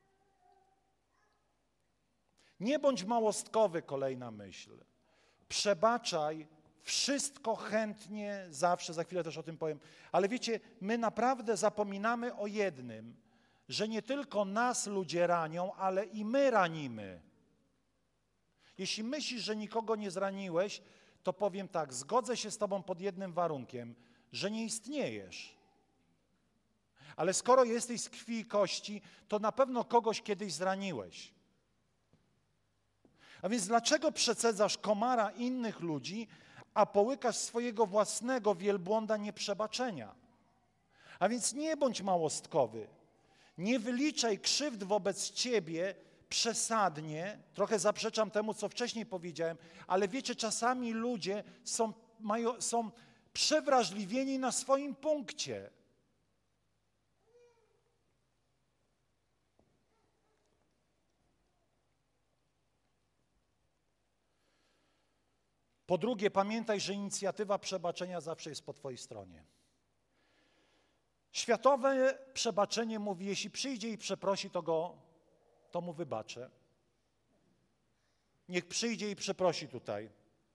Nie bądź małostkowy, kolejna myśl. Przebaczaj wszystko chętnie, zawsze, za chwilę też o tym powiem. Ale wiecie, my naprawdę zapominamy o jednym, że nie tylko nas ludzie ranią, ale i my ranimy. Jeśli myślisz, że nikogo nie zraniłeś, to powiem tak, zgodzę się z tobą pod jednym warunkiem, że nie istniejesz. Ale skoro jesteś z krwi i kości, to na pewno kogoś kiedyś zraniłeś. A więc dlaczego przecedzasz komara innych ludzi, a połykasz swojego własnego wielbłąda nieprzebaczenia? A więc nie bądź małostkowy. Nie wyliczaj krzywd wobec ciebie przesadnie. Trochę zaprzeczam temu, co wcześniej powiedziałem, ale wiecie, czasami ludzie są przewrażliwieni na swoim punkcie. Po drugie, pamiętaj, że inicjatywa przebaczenia zawsze jest po twojej stronie. Światowe przebaczenie mówi, jeśli przyjdzie i przeprosi, to mu wybaczę. Niech przyjdzie i przeprosi tutaj.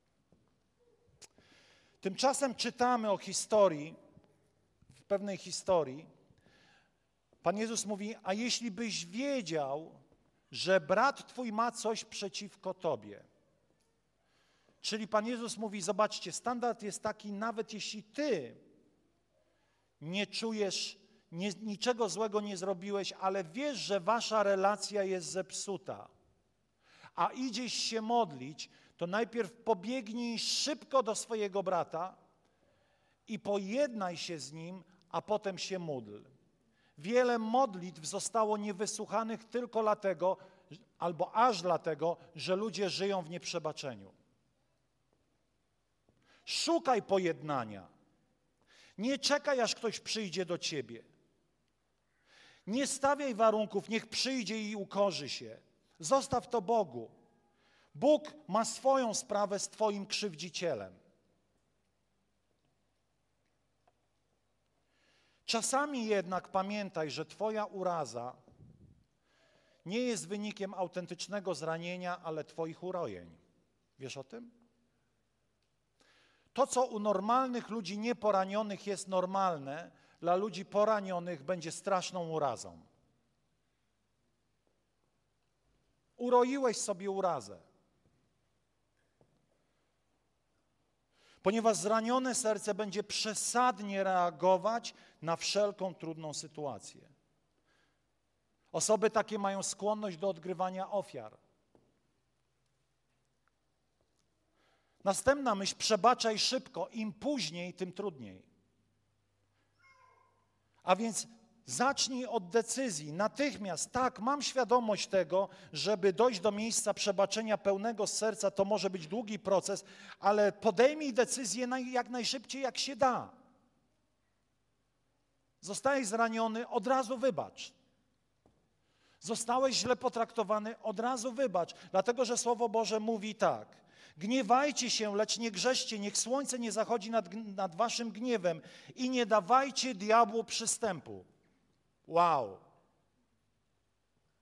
Tymczasem czytamy o historii, w pewnej historii, Pan Jezus mówi, a jeśli byś wiedział, że brat twój ma coś przeciwko tobie. Czyli Pan Jezus mówi, zobaczcie, standard jest taki, nawet jeśli ty nie czujesz, niczego złego nie zrobiłeś, ale wiesz, że wasza relacja jest zepsuta, a idziesz się modlić, to najpierw pobiegnij szybko do swojego brata i pojednaj się z nim, a potem się módl. Wiele modlitw zostało niewysłuchanych tylko dlatego, albo aż dlatego, że ludzie żyją w nieprzebaczeniu. Szukaj pojednania. Nie czekaj, aż ktoś przyjdzie do ciebie. Nie stawiaj warunków, niech przyjdzie i ukorzy się. Zostaw to Bogu. Bóg ma swoją sprawę z twoim krzywdzicielem. Czasami jednak pamiętaj, że twoja uraza nie jest wynikiem autentycznego zranienia, ale twoich urojeń. Wiesz o tym? To, co u normalnych ludzi nieporanionych jest normalne, dla ludzi poranionych będzie straszną urazą. Uroiłeś sobie urazę. Ponieważ zranione serce będzie przesadnie reagować na wszelką trudną sytuację. Osoby takie mają skłonność do odgrywania ofiar. Następna myśl, przebaczaj szybko, im później, tym trudniej. A więc zacznij od decyzji, natychmiast, tak, mam świadomość tego, żeby dojść do miejsca przebaczenia pełnego z serca, to może być długi proces, ale podejmij decyzję jak najszybciej, jak się da. Zostałeś zraniony, od razu wybacz. Zostałeś źle potraktowany, od razu wybacz, dlatego że Słowo Boże mówi tak. Gniewajcie się, lecz nie grzeszcie, niech słońce nie zachodzi nad waszym gniewem i nie dawajcie diabłu przystępu. Wow!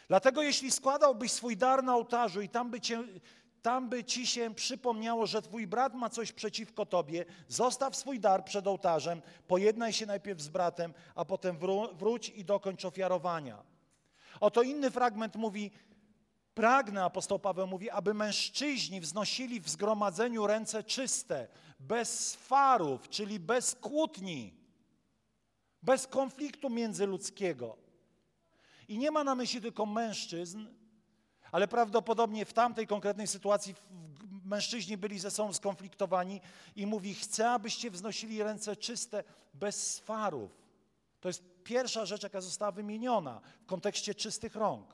Dlatego jeśli składałbyś swój dar na ołtarzu i tam by ci się przypomniało, że twój brat ma coś przeciwko tobie, zostaw swój dar przed ołtarzem, pojednaj się najpierw z bratem, a potem wróć i dokończ ofiarowania. Oto inny fragment mówi, pragnę, apostoł Paweł mówi, aby mężczyźni wznosili w zgromadzeniu ręce czyste, bez swarów, czyli bez kłótni, bez konfliktu międzyludzkiego. I nie ma na myśli tylko mężczyzn, ale prawdopodobnie w tamtej konkretnej sytuacji mężczyźni byli ze sobą skonfliktowani i mówi, chcę, abyście wznosili ręce czyste, bez swarów. To jest pierwsza rzecz, jaka została wymieniona w kontekście czystych rąk.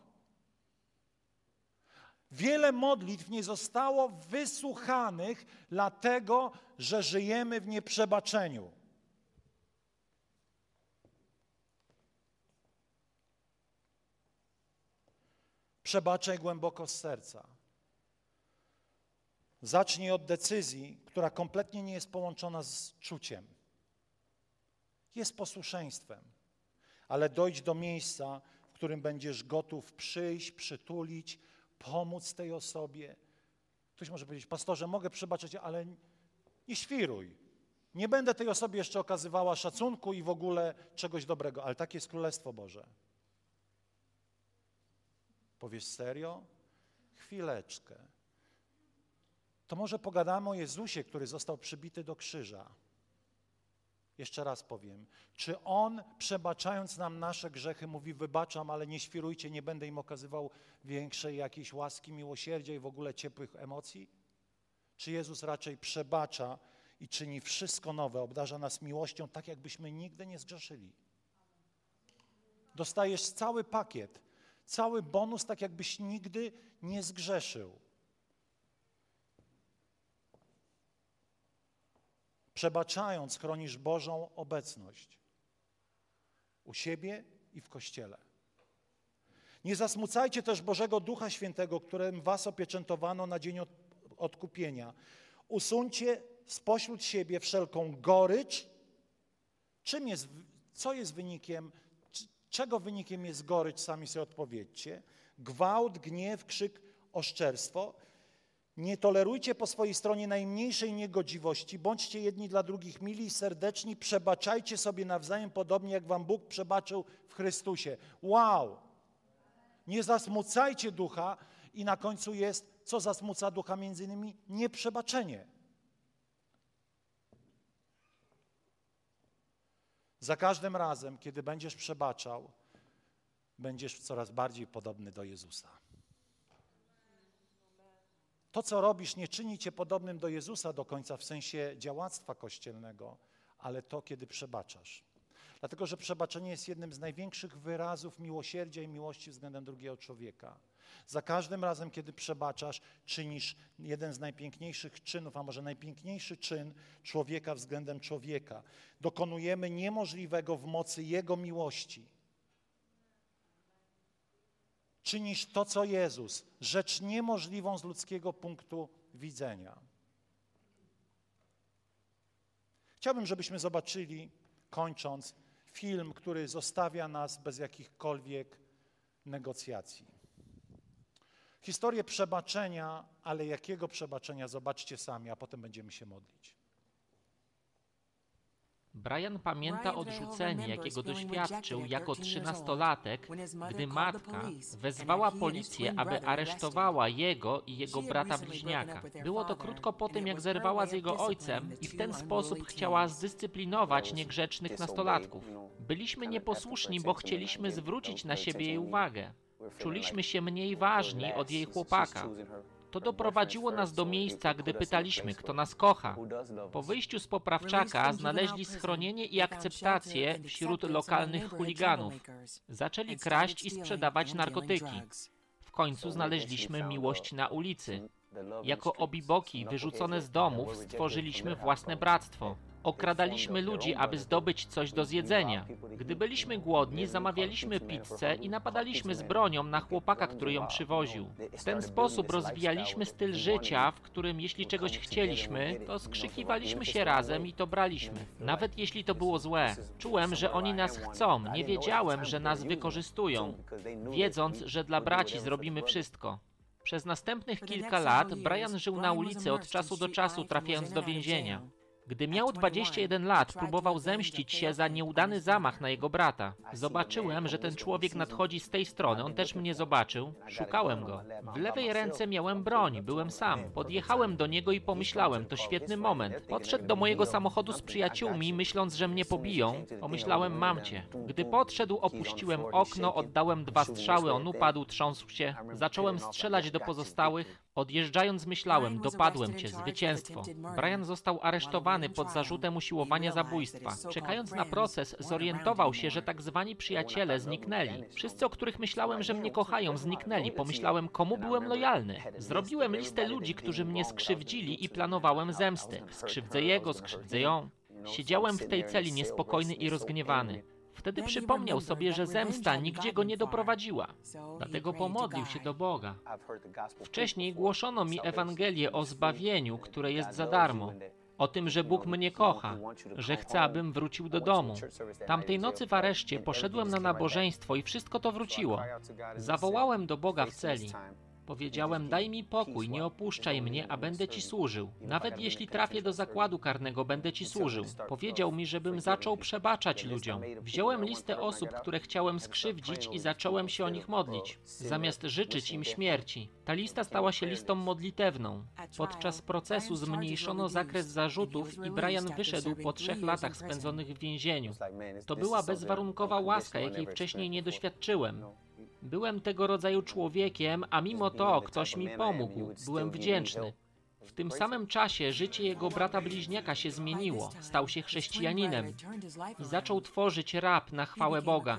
Wiele modlitw nie zostało wysłuchanych, dlatego że żyjemy w nieprzebaczeniu. Przebaczaj głęboko z serca. Zacznij od decyzji, która kompletnie nie jest połączona z czuciem. Jest posłuszeństwem, ale dojdź do miejsca, w którym będziesz gotów przyjść, przytulić, pomóc tej osobie. Ktoś może powiedzieć, pastorze, mogę przebaczyć, ale nie świruj. Nie będę tej osobie jeszcze okazywała szacunku i w ogóle czegoś dobrego, ale takie jest Królestwo Boże. Powiesz serio? Chwileczkę. To może pogadamy o Jezusie, który został przybity do krzyża. Jeszcze raz powiem. Czy On, przebaczając nam nasze grzechy, mówi, wybaczam, ale nie świrujcie, nie będę im okazywał większej jakiejś łaski, miłosierdzia i w ogóle ciepłych emocji? Czy Jezus raczej przebacza i czyni wszystko nowe, obdarza nas miłością, tak jakbyśmy nigdy nie zgrzeszyli? Dostajesz cały pakiet, cały bonus, tak jakbyś nigdy nie zgrzeszył. Przebaczając, chronisz Bożą obecność u siebie i w Kościele. Nie zasmucajcie też Bożego Ducha Świętego, którym was opieczętowano na dzień odkupienia. Usuńcie spośród siebie wszelką gorycz. Co jest wynikiem, czego wynikiem jest gorycz? Sami sobie odpowiedzcie. Gwałt, gniew, krzyk, oszczerstwo. Nie tolerujcie po swojej stronie najmniejszej niegodziwości, bądźcie jedni dla drugich mili i serdeczni, przebaczajcie sobie nawzajem podobnie, jak wam Bóg przebaczył w Chrystusie. Wow! Nie zasmucajcie ducha i na końcu jest, co zasmuca ducha między innymi? Nieprzebaczenie. Za każdym razem, kiedy będziesz przebaczał, będziesz coraz bardziej podobny do Jezusa. To, co robisz, nie czyni cię podobnym do Jezusa do końca w sensie działactwa kościelnego, ale to, kiedy przebaczasz. Dlatego, że przebaczenie jest jednym z największych wyrazów miłosierdzia i miłości względem drugiego człowieka. Za każdym razem, kiedy przebaczasz, czynisz jeden z najpiękniejszych czynów, a może najpiękniejszy czyn człowieka względem człowieka. Dokonujemy niemożliwego w mocy Jego miłości. Czynisz to, co Jezus, rzecz niemożliwą z ludzkiego punktu widzenia. Chciałbym, żebyśmy zobaczyli, kończąc, film, który zostawia nas bez jakichkolwiek negocjacji. Historię przebaczenia, ale jakiego przebaczenia, zobaczcie sami, a potem będziemy się modlić. Brian pamięta odrzucenie, jakiego doświadczył jako 13-latek, gdy matka wezwała policję, aby aresztowała jego i jego brata bliźniaka. Było to krótko po tym, jak zerwała z jego ojcem i w ten sposób chciała zdyscyplinować niegrzecznych nastolatków. Byliśmy nieposłuszni, bo chcieliśmy zwrócić na siebie jej uwagę. Czuliśmy się mniej ważni od jej chłopaka. To doprowadziło nas do miejsca, gdy pytaliśmy, kto nas kocha. Po wyjściu z poprawczaka znaleźli schronienie i akceptację wśród lokalnych chuliganów. Zaczęli kraść i sprzedawać narkotyki. W końcu znaleźliśmy miłość na ulicy. Jako obiboki wyrzucone z domów stworzyliśmy własne bractwo. Okradaliśmy ludzi, aby zdobyć coś do zjedzenia. Gdy byliśmy głodni, zamawialiśmy pizzę i napadaliśmy z bronią na chłopaka, który ją przywoził. W ten sposób rozwijaliśmy styl życia, w którym jeśli czegoś chcieliśmy, to skrzykiwaliśmy się razem i to braliśmy. Nawet jeśli to było złe. Czułem, że oni nas chcą. Nie wiedziałem, że nas wykorzystują, wiedząc, że dla braci zrobimy wszystko. Przez następnych kilka lat Brian żył na ulicy od czasu do czasu, trafiając do więzienia. Gdy miał 21 lat, próbował zemścić się za nieudany zamach na jego brata. Zobaczyłem, że ten człowiek nadchodzi z tej strony, on też mnie zobaczył. Szukałem go. W lewej ręce miałem broń, byłem sam. Podjechałem do niego i pomyślałem, to świetny moment. Podszedł do mojego samochodu z przyjaciółmi, myśląc, że mnie pobiją. Pomyślałem, mam cię. Gdy podszedł, opuściłem okno, oddałem 2 strzały, on upadł, trząsł się. Zacząłem strzelać do pozostałych. Odjeżdżając myślałem, dopadłem cię, zwycięstwo. Brian został aresztowany pod zarzutem usiłowania zabójstwa. Czekając na proces, zorientował się, że tak zwani przyjaciele zniknęli. Wszyscy, o których myślałem, że mnie kochają, zniknęli. Pomyślałem, komu byłem lojalny. Zrobiłem listę ludzi, którzy mnie skrzywdzili i planowałem zemstę. Skrzywdzę jego, skrzywdzę ją. Siedziałem w tej celi niespokojny i rozgniewany. Wtedy przypomniał sobie, że zemsta nigdzie go nie doprowadziła. Dlatego pomodlił się do Boga. Wcześniej głoszono mi Ewangelię o zbawieniu, które jest za darmo. O tym, że Bóg mnie kocha, że chce, abym wrócił do domu. Tamtej nocy w areszcie poszedłem na nabożeństwo i wszystko to wróciło. Zawołałem do Boga w celi. Powiedziałem, daj mi pokój, nie opuszczaj mnie, a będę Ci służył. Nawet jeśli trafię do zakładu karnego, będę Ci służył. Powiedział mi, żebym zaczął przebaczać ludziom. Wziąłem listę osób, które chciałem skrzywdzić i zacząłem się o nich modlić, zamiast życzyć im śmierci. Ta lista stała się listą modlitewną. Podczas procesu zmniejszono zakres zarzutów i Brian wyszedł po 3 latach spędzonych w więzieniu. To była bezwarunkowa łaska, jakiej wcześniej nie doświadczyłem. Byłem tego rodzaju człowiekiem, a mimo to ktoś mi pomógł. Byłem wdzięczny. W tym samym czasie życie jego brata bliźniaka się zmieniło. Stał się chrześcijaninem i zaczął tworzyć rap na chwałę Boga.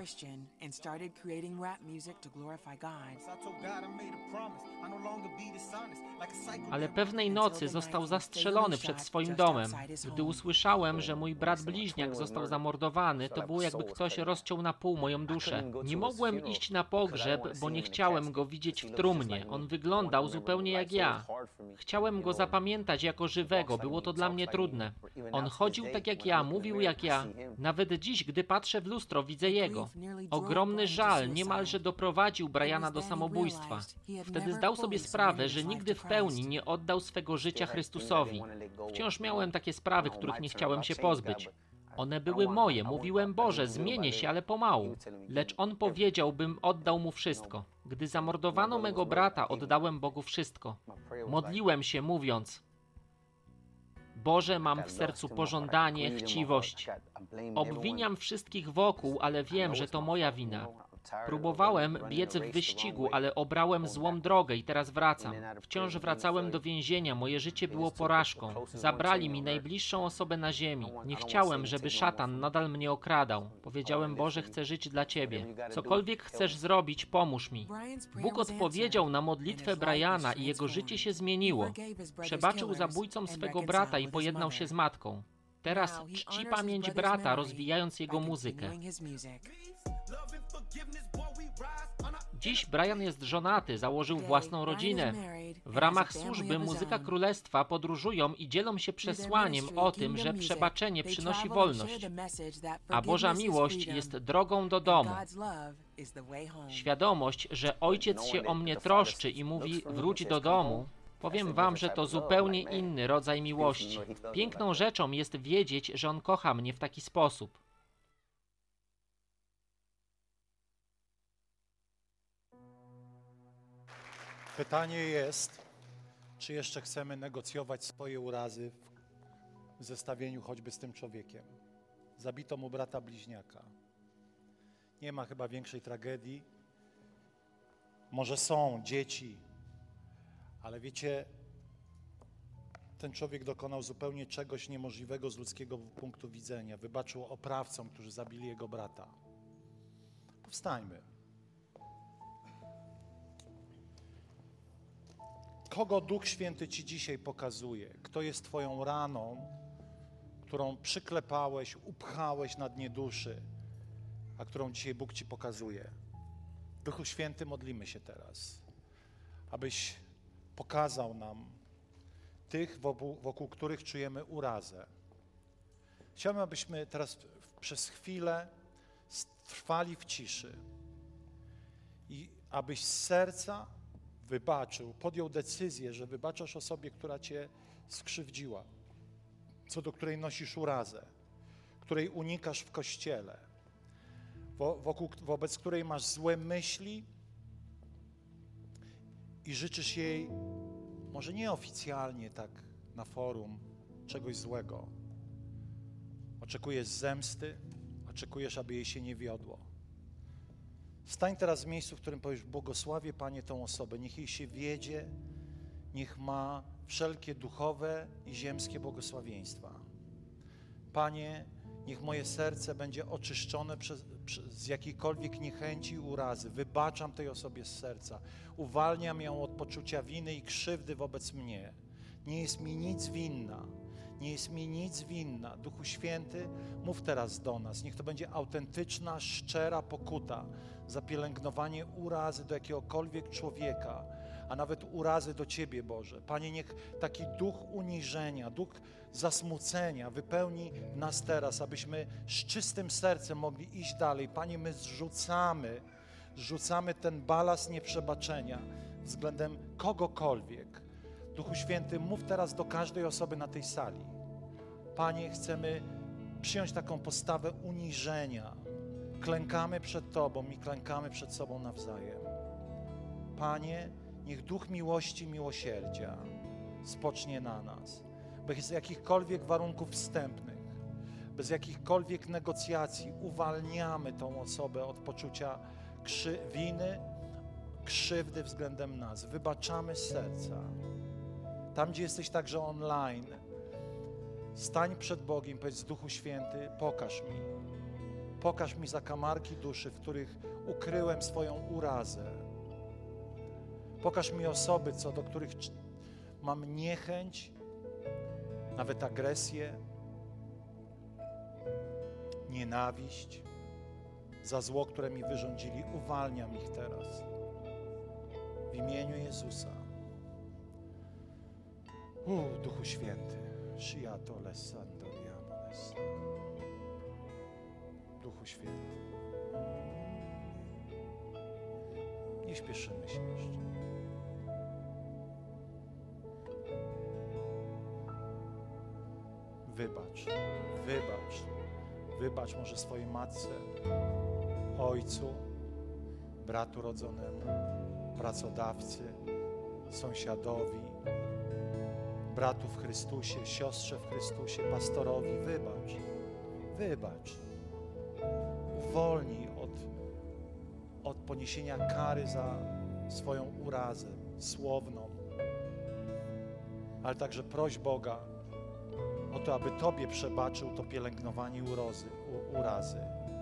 Ale pewnej nocy został zastrzelony przed swoim domem. Gdy usłyszałem, że mój brat bliźniak został zamordowany, to było jakby ktoś rozciął na pół moją duszę. Nie mogłem iść na pogrzeb, bo nie chciałem go widzieć w trumnie. On wyglądał zupełnie jak ja. Chciałem go zapamiętać jako żywego, było to dla mnie trudne. On chodził tak jak ja, mówił jak ja. Nawet dziś, gdy patrzę w lustro, widzę jego. Ogromny żal niemalże doprowadził Briana do samobójstwa. Wtedy zdał sobie sprawę, że nigdy w pełni nie oddał swego życia Chrystusowi. Wciąż miałem takie sprawy, których nie chciałem się pozbyć. One były moje, mówiłem, Boże, zmienię się, ale pomału. Lecz On powiedział, bym oddał Mu wszystko. Gdy zamordowano mego brata, oddałem Bogu wszystko. Modliłem się, mówiąc, Boże, mam w sercu pożądanie, chciwość. Obwiniam wszystkich wokół, ale wiem, że to moja wina. Próbowałem biec w wyścigu, ale obrałem złą drogę i teraz wracam. Wciąż wracałem do więzienia, moje życie było porażką. Zabrali mi najbliższą osobę na ziemi. Nie chciałem, żeby szatan nadal mnie okradał. Powiedziałem, Boże, chcę żyć dla Ciebie. Cokolwiek chcesz zrobić, pomóż mi. Bóg odpowiedział na modlitwę Briana i jego życie się zmieniło. Przebaczył zabójcom swego brata i pojednał się z matką. Teraz czci pamięć brata, rozwijając jego muzykę. Dziś Brian jest żonaty, założył własną rodzinę. W ramach służby Muzyka Królestwa podróżują i dzielą się przesłaniem o tym, że przebaczenie przynosi wolność, a Boża miłość jest drogą do domu. Świadomość, że Ojciec się o mnie troszczy i mówi wróć do domu, powiem wam, że to zupełnie inny rodzaj miłości. Piękną rzeczą jest wiedzieć, że On kocha mnie w taki sposób. Pytanie jest, czy jeszcze chcemy negocjować swoje urazy w zestawieniu choćby z tym człowiekiem. Zabito mu brata bliźniaka. Nie ma chyba większej tragedii. Może są dzieci, ale wiecie, ten człowiek dokonał zupełnie czegoś niemożliwego z ludzkiego punktu widzenia. Wybaczył oprawcom, którzy zabili jego brata. Powstańmy. Kogo Duch Święty Ci dzisiaj pokazuje? Kto jest Twoją raną, którą przyklepałeś, upchałeś na dnie duszy, a którą dzisiaj Bóg Ci pokazuje. Duchu Święty, modlimy się teraz, abyś pokazał nam tych, wokół których czujemy urazę. Chciałbym, abyśmy teraz przez chwilę trwali w ciszy i abyś z serca wybaczył, podjął decyzję, że wybaczasz osobie, która Cię skrzywdziła, co do której nosisz urazę, której unikasz w Kościele, wobec której masz złe myśli i życzysz jej, może nieoficjalnie tak na forum, czegoś złego. Oczekujesz zemsty, oczekujesz, aby jej się nie wiodło. Stań teraz w miejscu, w którym powiesz: błogosławię, Panie, tą osobę, niech jej się wiedzie, niech ma wszelkie duchowe i ziemskie błogosławieństwa. Panie, niech moje serce będzie oczyszczone z jakiejkolwiek niechęci i urazy. Wybaczam tej osobie z serca. Uwalniam ją od poczucia winy i krzywdy wobec mnie. Nie jest mi nic winna. Nie jest mi nic winna. Duchu Święty, mów teraz do nas. Niech to będzie autentyczna, szczera pokuta za pielęgnowanie urazy do jakiegokolwiek człowieka, a nawet urazy do Ciebie, Boże. Panie, niech taki duch uniżenia, duch zasmucenia wypełni nas teraz, abyśmy z czystym sercem mogli iść dalej. Panie, my zrzucamy ten balast nieprzebaczenia względem kogokolwiek. Duchu Święty, mów teraz do każdej osoby na tej sali. Panie, chcemy przyjąć taką postawę uniżenia. Klękamy przed Tobą i klękamy przed sobą nawzajem. Panie, niech duch miłości i miłosierdzia spocznie na nas. Bez jakichkolwiek warunków wstępnych, bez jakichkolwiek negocjacji uwalniamy tą osobę od poczucia winy, krzywdy względem nas. Wybaczamy z serca. Tam, gdzie jesteś także online, stań przed Bogiem, powiedz: Duchu Święty, pokaż mi zakamarki duszy, w których ukryłem swoją urazę. Pokaż mi osoby, co do których mam niechęć, nawet agresję, nienawiść za zło, które mi wyrządzili. Uwalniam ich teraz w imieniu Jezusa. Duchu Święty, Duchu Święty, nie śpieszymy się jeszcze. Wybacz może swojej matce, ojcu, bratu rodzonemu, pracodawcy, sąsiadowi, bratu w Chrystusie, siostrze w Chrystusie, pastorowi. Wybacz. Uwolnij od poniesienia kary za swoją urazę słowną, ale także proś Boga o to, aby Tobie przebaczył to pielęgnowanie urazy.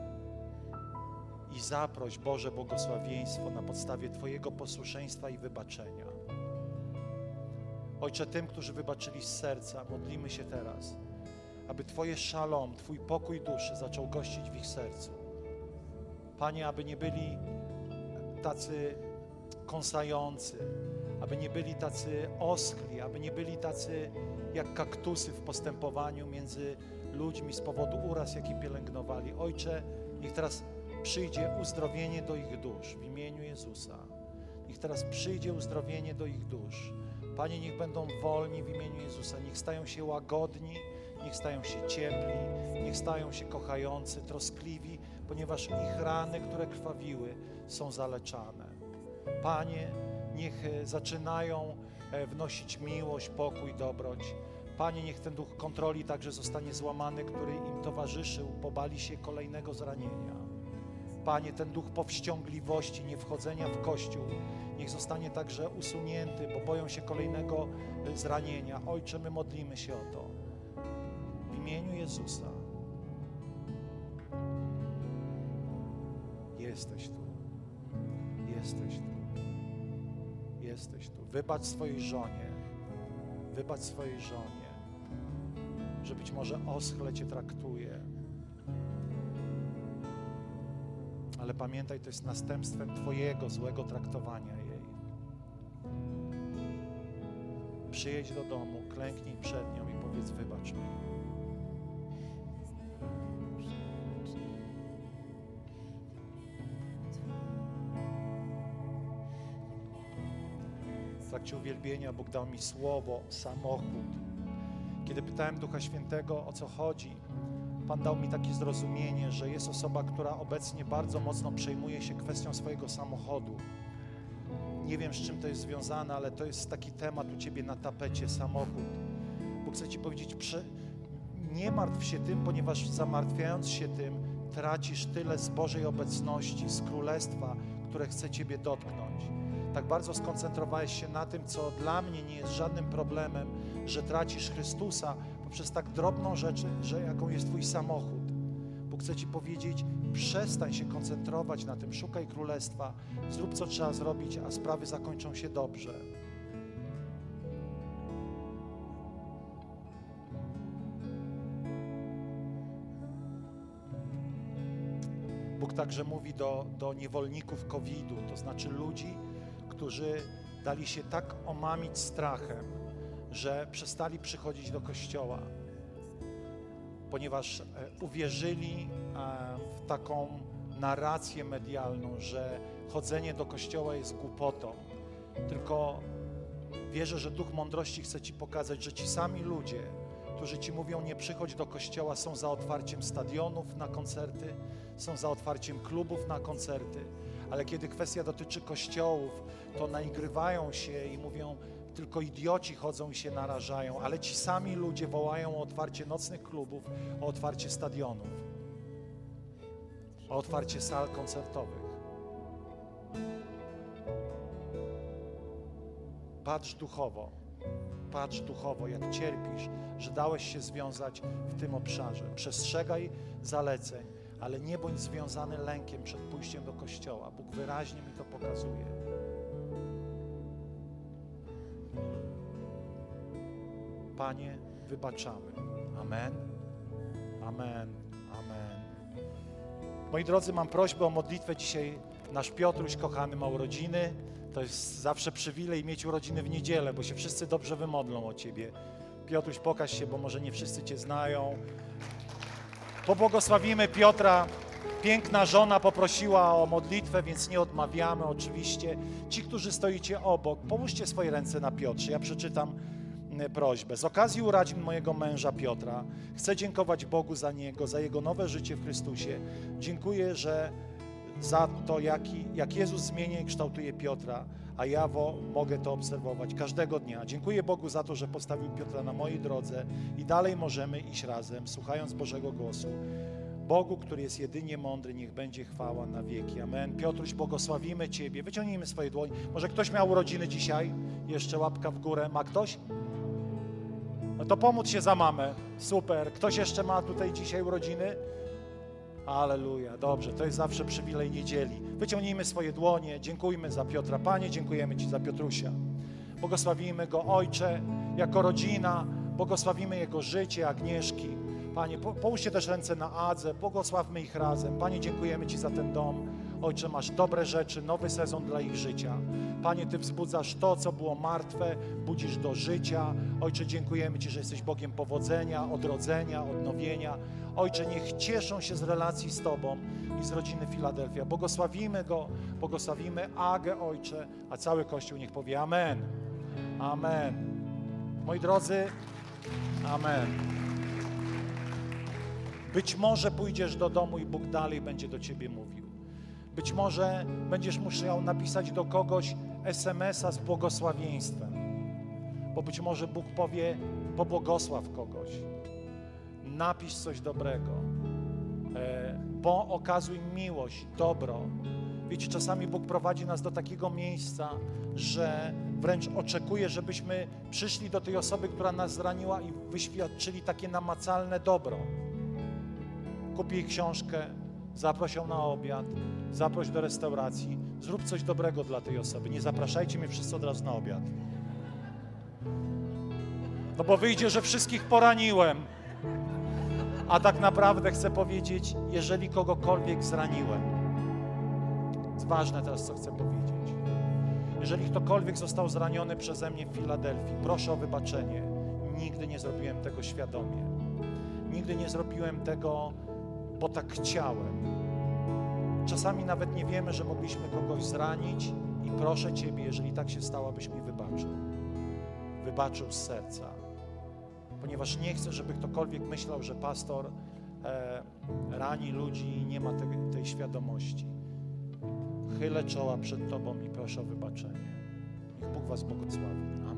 I zaproś Boże błogosławieństwo na podstawie Twojego posłuszeństwa i wybaczenia. Ojcze, tym, którzy wybaczyli z serca, modlimy się teraz, aby Twoje szalom, Twój pokój duszy zaczął gościć w ich sercu. Panie, aby nie byli tacy kąsający, aby nie byli tacy oschli, aby nie byli tacy jak kaktusy w postępowaniu między ludźmi z powodu uraz, jaki pielęgnowali. Ojcze, niech teraz przyjdzie uzdrowienie do ich dusz w imieniu Jezusa. Niech teraz przyjdzie uzdrowienie do ich dusz. Panie, niech będą wolni w imieniu Jezusa. Niech stają się łagodni, niech stają się ciepli, niech stają się kochający, troskliwi, ponieważ ich rany, które krwawiły, są zaleczane. Panie, niech zaczynają wnosić miłość, pokój, dobroć. Panie, niech ten duch kontroli także zostanie złamany, który im towarzyszył, pobali się kolejnego zranienia. Panie, ten duch powściągliwości, niewchodzenia w Kościół, niech zostanie także usunięty, bo boją się kolejnego zranienia. Ojcze, my modlimy się o to. W imieniu Jezusa. Jesteś tu. Wybacz swojej żonie. że być może oschle Cię traktuje. Ale pamiętaj, to jest następstwem Twojego złego traktowania jej. Przyjedź do domu, klęknij przed nią i powiedz: wybacz mi. W trakcie uwielbienia Bóg dał mi słowo, samochód. Kiedy pytałem Ducha Świętego, o co chodzi, Pan dał mi takie zrozumienie, że jest osoba, która obecnie bardzo mocno przejmuje się kwestią swojego samochodu. Nie wiem, z czym to jest związane, ale to jest taki temat u Ciebie na tapecie, samochód. Bóg chce Ci powiedzieć, nie martw się tym, ponieważ zamartwiając się tym, tracisz tyle z Bożej obecności, z Królestwa, które chce Ciebie dotknąć. Tak bardzo skoncentrowałeś się na tym, co dla mnie nie jest żadnym problemem, że tracisz Chrystusa poprzez tak drobną rzecz, jaką jest Twój samochód. Bóg chce Ci powiedzieć, przestań się koncentrować na tym, szukaj Królestwa, zrób co trzeba zrobić, a sprawy zakończą się dobrze. Bóg także mówi do niewolników COVID-u, to znaczy ludzi, którzy dali się tak omamić strachem, że przestali przychodzić do kościoła, ponieważ uwierzyli w taką narrację medialną, że chodzenie do kościoła jest głupotą. Tylko wierzę, że Duch Mądrości chce Ci pokazać, że ci sami ludzie, którzy Ci mówią, nie przychodź do kościoła, są za otwarciem stadionów na koncerty, są za otwarciem klubów na koncerty, ale kiedy kwestia dotyczy kościołów, to naigrywają się i mówią, tylko idioci chodzą i się narażają, ale ci sami ludzie wołają o otwarcie nocnych klubów, o otwarcie stadionów, o otwarcie sal koncertowych. Patrz duchowo, jak cierpisz, że dałeś się związać w tym obszarze. Przestrzegaj zaleceń, ale nie bądź związany lękiem przed pójściem do kościoła. Bóg wyraźnie mi to pokazuje. Panie, wybaczamy. Amen. Amen. Amen. Moi drodzy, mam prośbę o modlitwę dzisiaj. Nasz Piotruś kochany ma urodziny. To jest zawsze przywilej mieć urodziny w niedzielę, bo się wszyscy dobrze wymodlą o Ciebie. Piotruś, pokaż się, bo może nie wszyscy Cię znają. Pobłogosławimy Piotra. Piękna żona poprosiła o modlitwę, więc nie odmawiamy oczywiście. Ci, którzy stoicie obok, połóżcie swoje ręce na Piotrze. Ja przeczytam prośbę. Z okazji urodzin mojego męża Piotra chcę dziękować Bogu za niego, za jego nowe życie w Chrystusie. Dziękuję, że za to, jak Jezus zmienia i kształtuje Piotra, a ja mogę to obserwować każdego dnia. Dziękuję Bogu za to, że postawił Piotra na mojej drodze i dalej możemy iść razem, słuchając Bożego głosu. Bogu, który jest jedynie mądry, niech będzie chwała na wieki. Amen. Piotruś, błogosławimy Ciebie. Wyciągnijmy swoje dłonie. Może ktoś miał urodziny dzisiaj? Jeszcze łapka w górę. Ma ktoś? No to pomóc się za mamę. Super. Ktoś jeszcze ma tutaj dzisiaj urodziny? Alleluja. Dobrze, to jest zawsze przywilej niedzieli. Wyciągnijmy swoje dłonie. Dziękujmy za Piotra. Panie, dziękujemy Ci za Piotrusia. Błogosławimy go, Ojcze, jako rodzina. Błogosławimy jego życie, Agnieszki. Panie, połóżcie też ręce na Adze, błogosławmy ich razem. Panie, dziękujemy Ci za ten dom. Ojcze, masz dobre rzeczy, nowy sezon dla ich życia. Panie, Ty wzbudzasz to, co było martwe, budzisz do życia. Ojcze, dziękujemy Ci, że jesteś Bogiem powodzenia, odrodzenia, odnowienia. Ojcze, niech cieszą się z relacji z Tobą i z rodziny Filadelfia. Błogosławimy go, błogosławimy Agę, Ojcze, a cały Kościół niech powie amen. Amen. Moi drodzy, amen. Być może pójdziesz do domu i Bóg dalej będzie do Ciebie mówił. Być może będziesz musiał napisać do kogoś SMS-a z błogosławieństwem, bo być może Bóg powie, pobłogosław kogoś, napisz coś dobrego, okazuj miłość, dobro. Wiecie, czasami Bóg prowadzi nas do takiego miejsca, że wręcz oczekuje, żebyśmy przyszli do tej osoby, która nas zraniła i wyświadczyli takie namacalne dobro. Kup jej książkę, zaproś ją na obiad, zaproś do restauracji, zrób coś dobrego dla tej osoby. Nie zapraszajcie mnie wszyscy od razu na obiad. No bo wyjdzie, że wszystkich poraniłem. A tak naprawdę chcę powiedzieć, jeżeli kogokolwiek zraniłem, jest ważne teraz, co chcę powiedzieć. Jeżeli ktokolwiek został zraniony przeze mnie w Filadelfii, proszę o wybaczenie. Nigdy nie zrobiłem tego świadomie. Nigdy nie zrobiłem tego, bo tak chciałem. Czasami nawet nie wiemy, że mogliśmy kogoś zranić i proszę Ciebie, jeżeli tak się stało, abyś mi wybaczył. Wybaczył z serca. Ponieważ nie chcę, żeby ktokolwiek myślał, że pastor rani ludzi i nie ma tej świadomości. Chylę czoła przed Tobą i proszę o wybaczenie. Niech Bóg Was błogosławi.